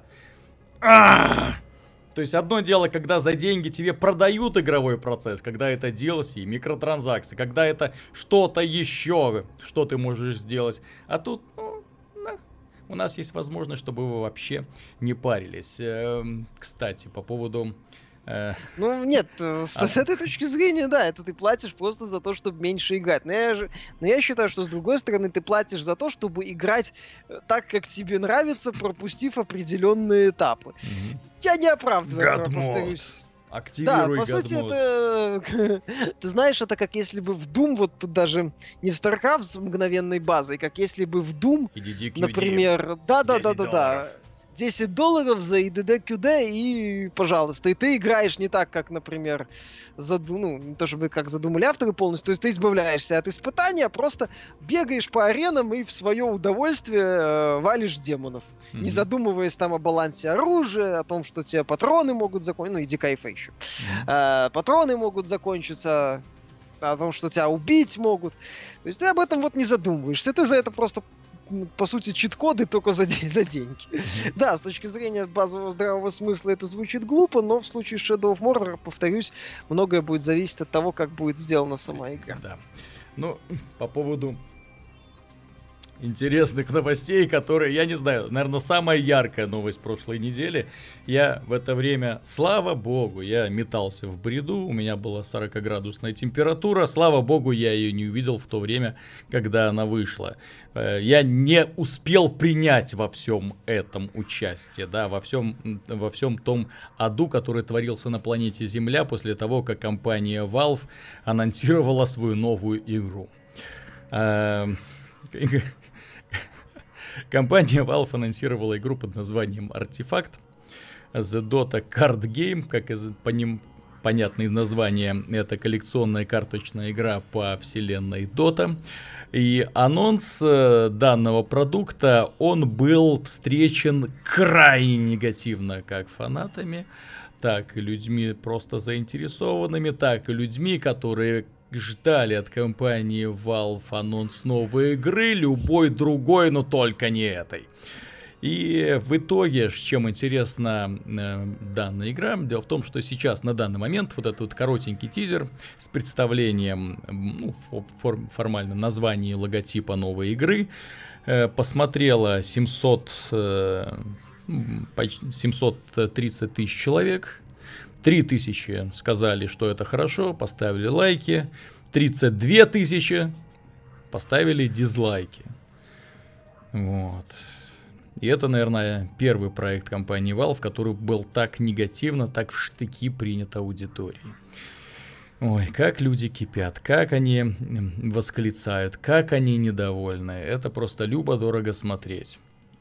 То есть одно дело, когда за деньги тебе продают игровой процесс, когда это DLC, микротранзакции, когда это что-то еще, что ты можешь сделать. А тут, у нас есть возможность, чтобы вы вообще не парились. Кстати, по поводу... Ну, нет, с этой точки зрения, да, это ты платишь просто за то, чтобы меньше играть. Но я считаю, что с другой стороны, ты платишь за то, чтобы играть так, как тебе нравится, пропустив определенные этапы. Я не оправдываю, повторюсь. Активируй да, по сути, это... Ты знаешь, это как если бы в Doom, вот тут даже не в StarCraft с мгновенной базой, как если бы в Doom, например... Да. $10 за IDD-QD и, пожалуйста, и ты играешь не так, как, например, не то чтобы как задумали авторы полностью, то есть ты избавляешься от испытания, просто бегаешь по аренам и в свое удовольствие валишь демонов, не задумываясь там о балансе оружия, о том, что у тебя патроны могут закончиться, и дикайфа еще. Патроны могут закончиться, о том, что тебя убить могут. То есть ты об этом вот не задумываешься, ты за это просто по сути, чит-коды только за деньги. Да, с точки зрения базового здравого смысла это звучит глупо, но в случае Shadow of Mordor, повторюсь, многое будет зависеть от того, как будет сделана сама игра. Да. Ну, по поводу интересных новостей, которые, я не знаю, наверное, самая яркая новость прошлой недели. Я в это время, слава богу, я метался в бреду, у меня была 40-градусная температура, слава богу, я ее не увидел в то время, когда она вышла. Я не успел принять во всем этом участие, да, во всем том аду, который творился на планете Земля после того, как компания Valve анонсировала свою новую игру. Компания Valve анонсировала игру под названием Artifact The Dota Card Game, как по ним понятно из названия, это коллекционная карточная игра по вселенной Dota. И анонс данного продукта, он был встречен крайне негативно, как фанатами, так и людьми просто заинтересованными, так и людьми, которые ждали от компании Valve анонс новой игры, любой другой, но только не этой. И в итоге, чем интересна данная игра, дело в том, что сейчас, на данный момент, вот этот вот коротенький тизер с представлением, формальном названии логотипа новой игры, посмотрело 730 тысяч человек. 3000 сказали, что это хорошо, поставили лайки. 32 тысячи поставили дизлайки. Вот. И это, наверное, первый проект компании Valve, который был так негативно, так в штыки принят аудиторией. Ой, как люди кипят, как они восклицают, как они недовольны. Это просто любо-дорого смотреть.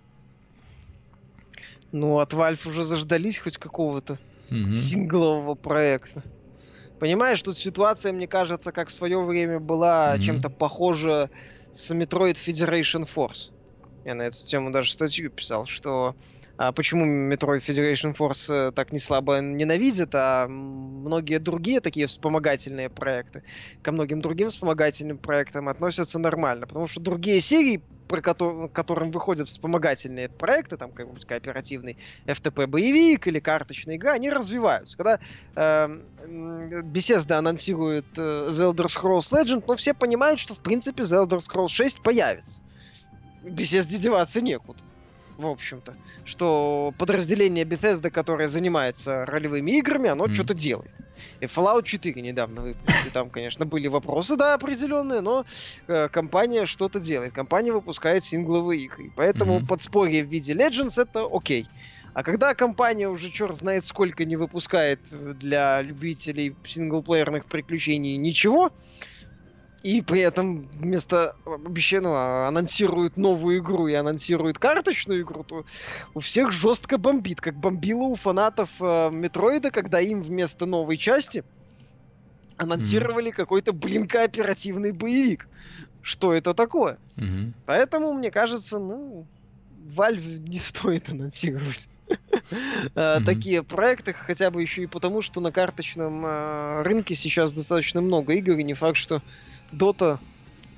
Ну, от Valve уже заждались хоть какого-то синглового проекта. Понимаешь, тут ситуация, мне кажется, как в свое время была чем-то похожа с Metroid Federation Force. Я на эту тему даже статью писал, что почему Metroid Federation Force так не слабо ненавидят, а многие другие такие вспомогательные проекты ко многим другим вспомогательным проектам относятся нормально. Потому что другие серии, которым выходят вспомогательные проекты, там какой-нибудь кооперативный FTP-боевик или карточная игра, они развиваются. Когда Bethesda анонсирует The Elder Scrolls Legend, но все понимают, что в принципе The Elder Scrolls 6 появится. Bethesda деваться некуда. В общем-то, что подразделение Bethesda, которое занимается ролевыми играми, оно что-то делает. И Fallout 4 недавно выпустили. Там, конечно, были вопросы, да, определенные, но компания что-то делает. Компания выпускает сингловые игры. Поэтому подспорье в виде Legends это окей. А когда компания уже черт знает сколько не выпускает для любителей синглплеерных приключений ничего, и при этом вместо анонсируют новую игру и анонсируют карточную игру, то у всех жестко бомбит, как бомбило у фанатов Метроида, когда им вместо новой части анонсировали какой-то, кооперативный боевик. Что это такое? Поэтому, мне кажется, Valve не стоит анонсировать такие проекты, хотя бы еще и потому, что на карточном рынке сейчас достаточно много игр, и не факт, что Dota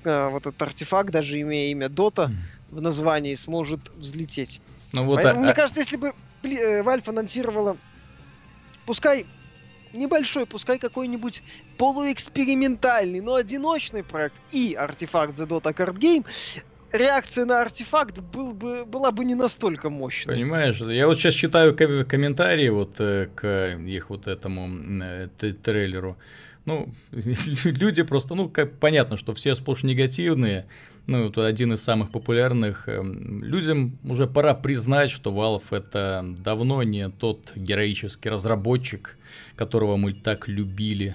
вот этот артефакт, даже имея имя Dota в названии, сможет взлететь. Ну, вот, Поэтому, мне кажется, если бы Valve анонсировала, пускай небольшой, пускай какой-нибудь полуэкспериментальный, но одиночный проект и артефакт The Dota Card Game, реакция на артефакт была бы не настолько мощной. Понимаешь, я вот сейчас читаю комментарии вот к их вот этому трейлеру. Ну, люди просто, ну, понятно, что все сплошь негативные. Ну, это один из самых популярных. Людям уже пора признать, что Valve это давно не тот героический разработчик, которого мы так любили.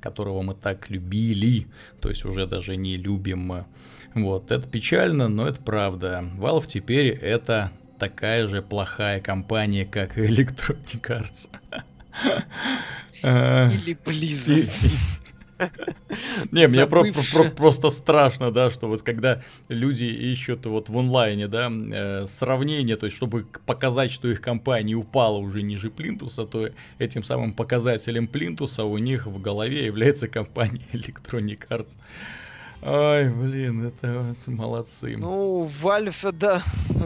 То есть уже даже не любим. Вот, это печально, но это правда. Valve теперь это такая же плохая компания, как и Electronic Arts. Или Blizzard. Не, мне просто страшно, да, что вот когда люди ищут вот в онлайне, да, сравнение, то есть чтобы показать, что их компания упала уже ниже плинтуса, то этим самым показателем плинтуса у них в голове является компания Electronic Arts. Ой, блин, это молодцы. Ну, Valve, да.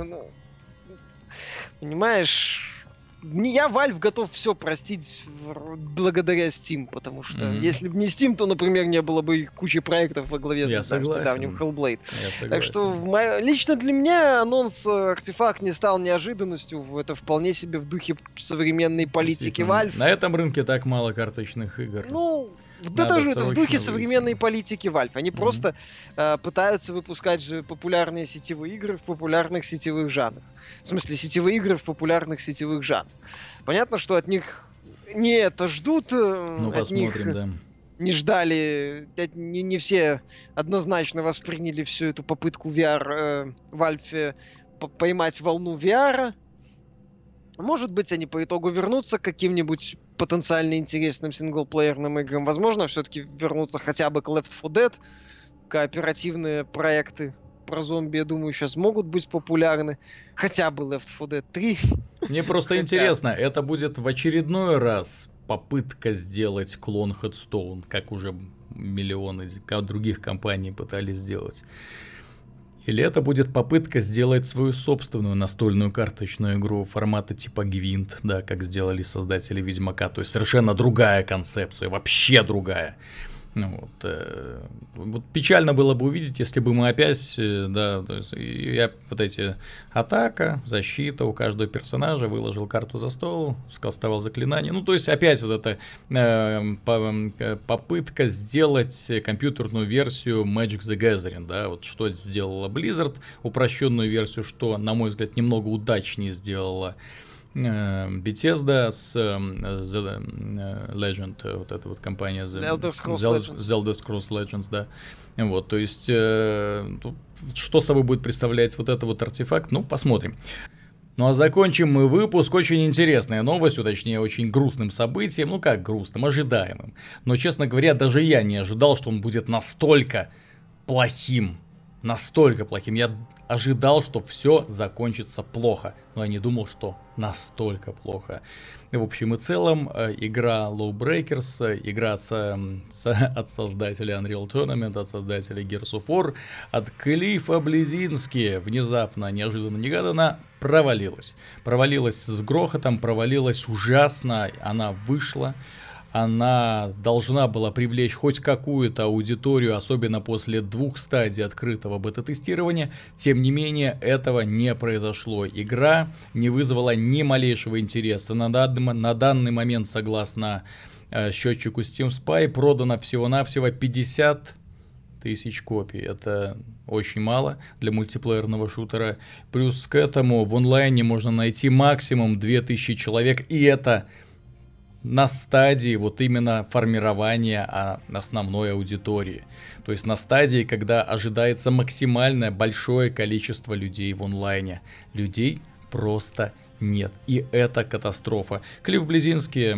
Понимаешь, я Valve готов все простить благодаря Steam, потому что если бы не Steam, то, например, не было бы кучи проектов во главе с недавним Hellblade. Так что лично для меня анонс артефакт не стал неожиданностью. Это вполне себе в духе современной политики Valve. На этом рынке так мало карточных игр. Ну, это же в духе современной политики Valve. Они просто пытаются выпускать же популярные сетевые игры в популярных сетевых жанрах. В смысле, сетевые игры в популярных сетевых жанрах. Понятно, что от них не это ждут. Ну, от посмотрим, них да. Не ждали, не все однозначно восприняли всю эту попытку VR Valve поймать волну VR. Может быть, они по итогу вернутся к каким-нибудь потенциально интересным синглплеерным играм. Возможно, все-таки вернутся хотя бы к Left 4 Dead. Кооперативные проекты про зомби, я думаю, сейчас могут быть популярны. Хотя бы Left 4 Dead 3. Мне просто интересно, это будет в очередной раз попытка сделать клон Headstone, как уже миллионы других компаний пытались сделать. Или это будет попытка сделать свою собственную настольную карточную игру формата типа Гвинт, да, как сделали создатели Ведьмака. То есть совершенно другая концепция, вообще другая. Ну, вот печально было бы увидеть, если бы мы опять, да, то есть я вот эти атака, защита у каждого персонажа, выложил карту за стол, скастовал заклинание. Ну, то есть опять вот эта попытка сделать компьютерную версию Magic the Gathering, да, вот что сделала Blizzard, упрощенную версию, что, на мой взгляд, немного удачнее сделала Bethesda с The Legend, вот эта вот компания The Elder Scrolls Legends, да. Вот, то есть, что собой будет представлять вот этот вот артефакт, ну, посмотрим. Ну, а закончим мы выпуск очень интересной новостью, точнее, очень грустным событием, ну, как грустным, ожидаемым. Но, честно говоря, даже я не ожидал, что он будет настолько плохим. Я ожидал, что все закончится плохо, но я не думал, что настолько плохо. И в общем и целом, игра Lawbreakers, игра от создателя Unreal Tournament, от создателя Gears of War, от Клиффа Близински, внезапно, неожиданно, провалилась. Провалилась с грохотом, провалилась ужасно, она вышла. Она должна была привлечь хоть какую-то аудиторию, особенно после 2 стадий открытого бета-тестирования. Тем не менее, этого не произошло. Игра не вызвала ни малейшего интереса. На данный момент, согласно счетчику Steam Spy, продано всего-навсего 50 тысяч копий. Это очень мало для мультиплеерного шутера. Плюс к этому в онлайне можно найти максимум 2000 человек, и это на стадии вот именно формирования основной аудитории. То есть на стадии, когда ожидается максимальное большое количество людей в онлайне. Людей просто нет. И это катастрофа. Клифф Близински,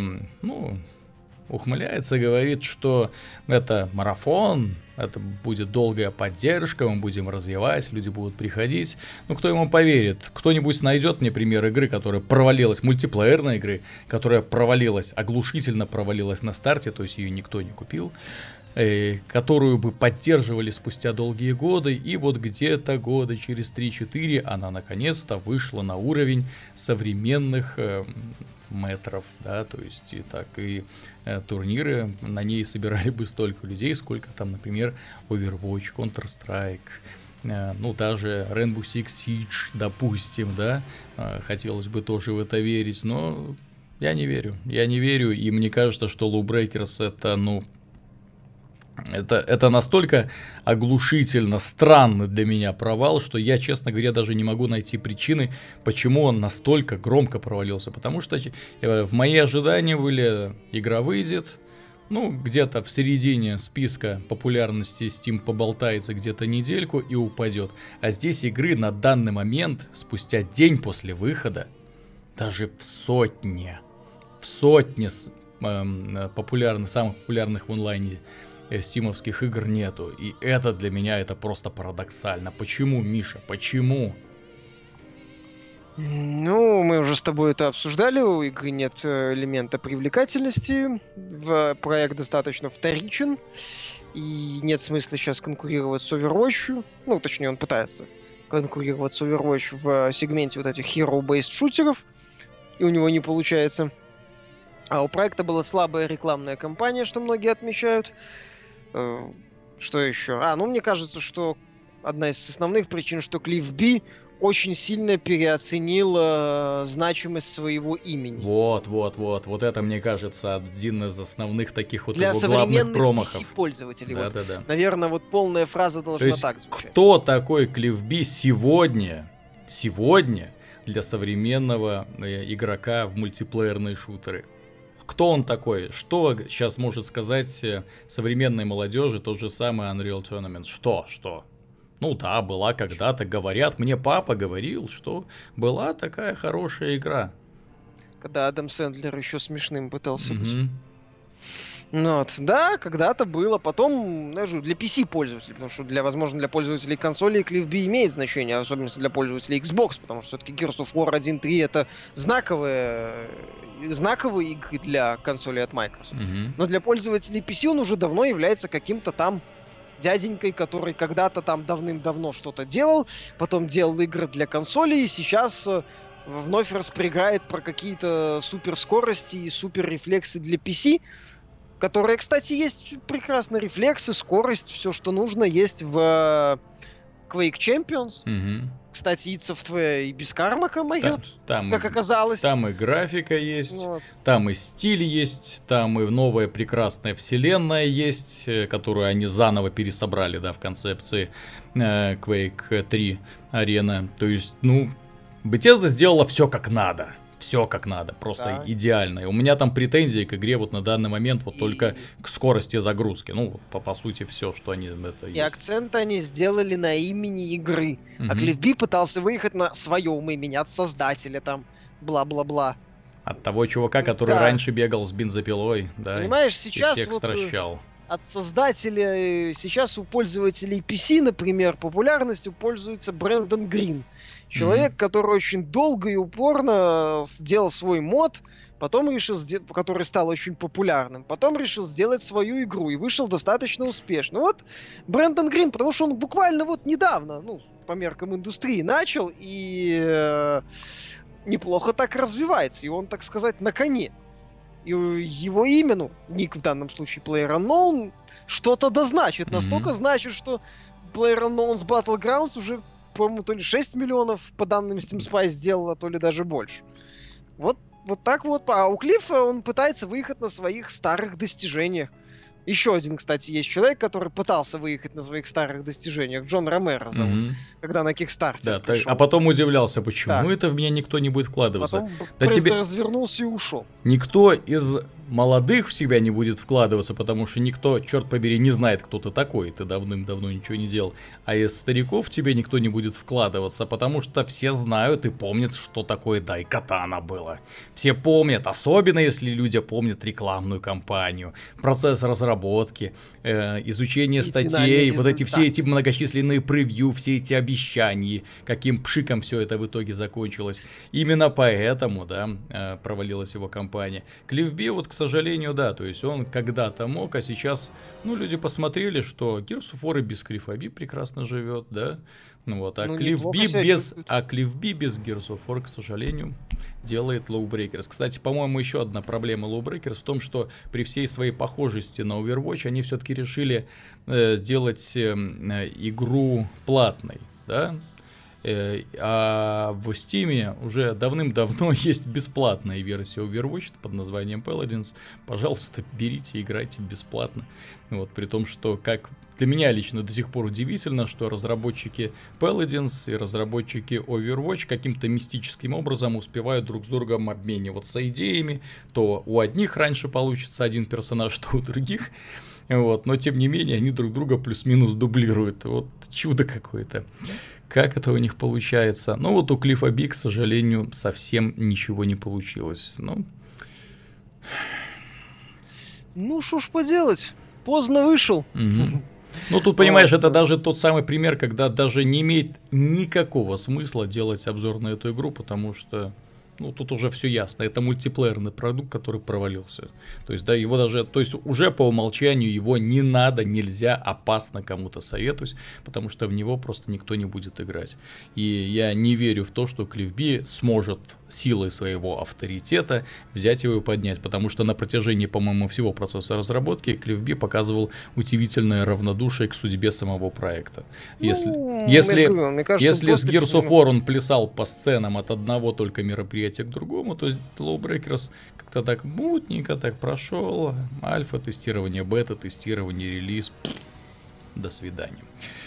ухмыляется, говорит, что это марафон, это будет долгая поддержка, мы будем развивать, люди будут приходить. Ну, кто ему поверит? Кто-нибудь найдет мне пример игры, которая провалилась, мультиплеерной игры, которая провалилась, оглушительно провалилась на старте, то есть ее никто не купил. которую бы поддерживали спустя долгие годы, и вот где-то года через 3-4 она наконец-то вышла на уровень современных метров, да, то есть и так и турниры на ней собирали бы столько людей, сколько там, например, Overwatch, Counter-Strike, ну, даже Rainbow Six Siege, допустим, да, хотелось бы тоже в это верить, но я не верю, и мне кажется, что Low Breakers это, ну, это настолько оглушительно странный для меня провал, что я, честно говоря, даже не могу найти причины, почему он настолько громко провалился. Потому что в мои ожидания были: игра выйдет, ну, где-то в середине списка популярности Steam поболтается где-то недельку и упадет. А здесь игры на данный момент, спустя день после выхода, даже в сотне самых популярных в онлайне стимовских игр нету. И это для меня это просто парадоксально. Почему, Миша, почему? Ну, мы уже с тобой это обсуждали, у игры нет элемента привлекательности, проект достаточно вторичен, и нет смысла сейчас конкурировать с Overwatch, ну, точнее, он пытается конкурировать с Overwatch в сегменте вот этих hero-based шутеров, и у него не получается. А у проекта была слабая рекламная кампания, что многие отмечают. Что еще? Ну, мне кажется, что одна из основных причин, что Cliff B очень сильно переоценил значимость своего имени. Вот это, мне кажется, один из основных таких вот для его главных промахов. Для современных PC-пользователей. Да. Наверное, вот полная фраза должна так звучать. Кто такой Cliff B сегодня для современного игрока в мультиплеерные шутеры? Кто он такой? Что сейчас может сказать современной молодежи тот же самый Unreal Tournament? Что? Ну да, была когда-то, говорят, мне папа говорил, что была такая хорошая игра. Когда Адам Сэндлер еще смешным пытался быть. Ну вот, да, когда-то было. Потом, знаешь, для PC-пользователей, потому что, возможно, для пользователей консолей Cliff B имеет значение, особенно для пользователей Xbox, потому что все-таки Gears of War 1.3 это знаковые игры для консолей от Microsoft. Но для пользователей PC он уже давно является каким-то там дяденькой, который когда-то там давным-давно что-то делал, потом делал игры для консолей, и сейчас вновь распрягает про какие-то суперскорости и суперрефлексы для PC, которые, кстати, есть прекрасно рефлексы, скорость, все, что нужно, есть в Quake Champions. Кстати, id Software и без Кармака моет, как оказалось. Там и графика есть, там и стиль есть, там и новая прекрасная вселенная есть, которую они заново пересобрали, да, в концепции Quake 3 арена. То есть, ну, Bethesda сделала все как надо. Все как надо, просто идеально. И у меня там претензии к игре вот на данный момент вот только к скорости загрузки. Ну, по сути, все, что они это есть. И акцент они сделали на имени игры. А Cliff B пытался выехать на своем имени, от создателя там, бла-бла-бла. От того чувака, который раньше бегал с бензопилой, да, понимаешь, сейчас и всех стращал. От создателя, сейчас у пользователей PC, например, популярностью пользуется Брэндон Грин. Человек, который очень долго и упорно сделал свой мод, потом решил, который стал очень популярным, потом решил сделать свою игру и вышел достаточно успешно. Вот Брэндон Грин, потому что он буквально вот недавно, ну, по меркам индустрии, начал и неплохо так развивается, и он, так сказать, на коне. И его имя, ну, ник в данном случае PlayerUnknown, что-то дозначит. Настолько значит, что PlayerUnknown's Battlegrounds уже, по-моему, то ли 6 миллионов по данным Steam Spy сделала, то ли даже больше. Вот так вот. А у Клиффа он пытается выехать на своих старых достижениях. Еще один, кстати, есть человек, который пытался выехать на своих старых достижениях. Джон Ромеро зовут, когда на Kickstarter пришел. А потом удивлялся, почему это в меня никто не будет вкладываться. Потом развернулся и ушел. Никто из молодых в себя не будет вкладываться, потому что никто, черт побери, не знает, кто ты такой. Ты давным-давно ничего не делал. А из стариков в тебе никто не будет вкладываться, потому что все знают и помнят, что такое Дайкатана было. Все помнят, особенно если люди помнят рекламную кампанию, процесс разработки, изучение статей, вот эти все эти многочисленные превью, все эти обещания, каким пшиком все это в итоге закончилось. Именно поэтому, да, провалилась его кампания. Cliff B, вот, к сожалению, да, то есть он когда-то мог, а сейчас, люди посмотрели, что Gears of War и без Cliff B прекрасно живет, да, а Cliff B без Gears of War, к сожалению, делает Lawbreakers. Кстати, по-моему, еще одна проблема Lawbreakers в том, что при всей своей похожести на Overwatch они все-таки решили сделать игру платной, да. А в Steam уже давным-давно есть бесплатная версия Overwatch под названием Paladins. Пожалуйста, берите, играйте бесплатно. При том, что, как для меня лично до сих пор удивительно, что разработчики Paladins и разработчики Overwatch каким-то мистическим образом успевают друг с другом обмениваться идеями. То у одних раньше получится один персонаж, то у других. Но тем не менее они друг друга плюс-минус дублируют. Чудо какое-то. Как это у них получается? У Клиффа Би, к сожалению, совсем ничего не получилось. Что ж поделать? Поздно вышел. Тут, понимаешь, это даже тот самый пример, когда даже не имеет никакого смысла делать обзор на эту игру, потому что тут уже все ясно. Это мультиплеерный продукт, который провалился. То есть, да, его даже, уже по умолчанию его не надо, нельзя, опасно кому-то советовать, потому что в него просто никто не будет играть. И я не верю в то, что Cliff B сможет силой своего авторитета взять его и поднять, потому что на протяжении, по-моему, всего процесса разработки Cliff B показывал удивительное равнодушие к судьбе самого проекта. Если с Gears of War он плясал по сценам от одного только мероприятия к другому, то Lawbreakers как-то так мутненько так прошел, альфа-тестирование, бета-тестирование, релиз, до свидания.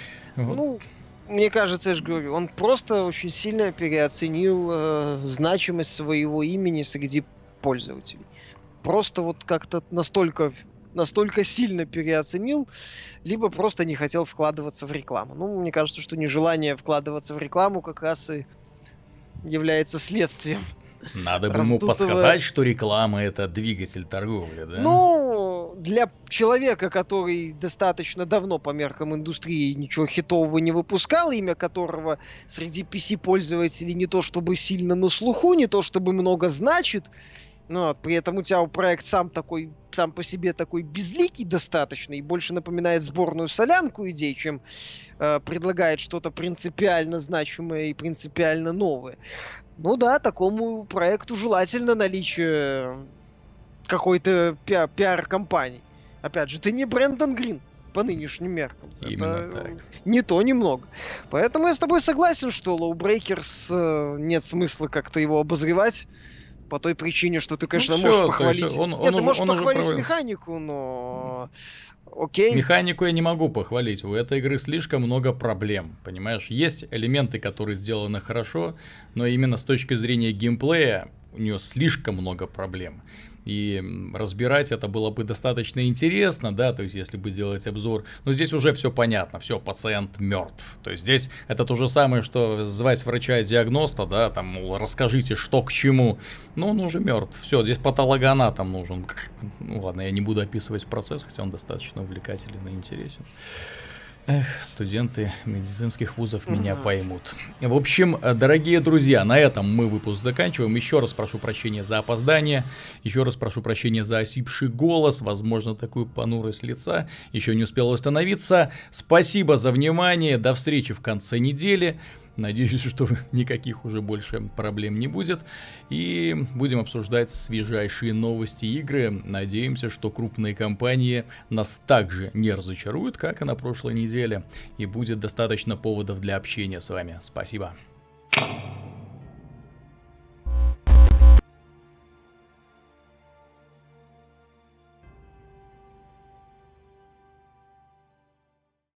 Мне кажется, я же говорю, он просто очень сильно переоценил значимость своего имени среди пользователей. Просто как-то настолько сильно переоценил, либо просто не хотел вкладываться в рекламу. Мне кажется, что нежелание вкладываться в рекламу как раз и является следствием. Надо бы ему подсказать, что реклама — это двигатель торговли, да? Для человека, который достаточно давно по меркам индустрии ничего хитового не выпускал, имя которого среди PC-пользователей не то чтобы сильно на слуху, не то чтобы много значит, при этом у тебя проект сам по себе такой безликий достаточно и больше напоминает сборную солянку идей, чем предлагает что-то принципиально значимое и принципиально новое. Такому проекту желательно наличие какой-то пиар-компании. Опять же, ты не Брэндон Грин по нынешним меркам. Именно так. Не то, немного. Поэтому я с тобой согласен, что Lawbreakers нет смысла как-то его обозревать. По той причине, что ты, конечно, можешь похвалить. Ты можешь похвалить механику, но... Окей. Механику я не могу похвалить. У этой игры слишком много проблем. Понимаешь, есть элементы, которые сделаны хорошо, но именно с точки зрения геймплея у нее слишком много проблем. И разбирать это было бы достаточно интересно, да, то есть если бы сделать обзор. Но здесь уже все понятно, все, пациент мертв. То есть здесь это то же самое, что звать врача-диагноста, да, там, мол, расскажите, что к чему. Но он уже мертв. Все, здесь патологоанатом нужен. Ладно, я не буду описывать процесс, хотя он достаточно увлекателен и интересен. Студенты медицинских вузов меня поймут. В общем, дорогие друзья, на этом мы выпуск заканчиваем. Еще раз прошу прощения за опоздание. Еще раз прошу прощения за осипший голос. Возможно, такую понурость лица. Еще не успел восстановиться. Спасибо за внимание. До встречи в конце недели. Надеюсь, что никаких уже больше проблем не будет. И будем обсуждать свежайшие новости игры. Надеемся, что крупные компании нас также не разочаруют, как и на прошлой неделе. И будет достаточно поводов для общения с вами. Спасибо.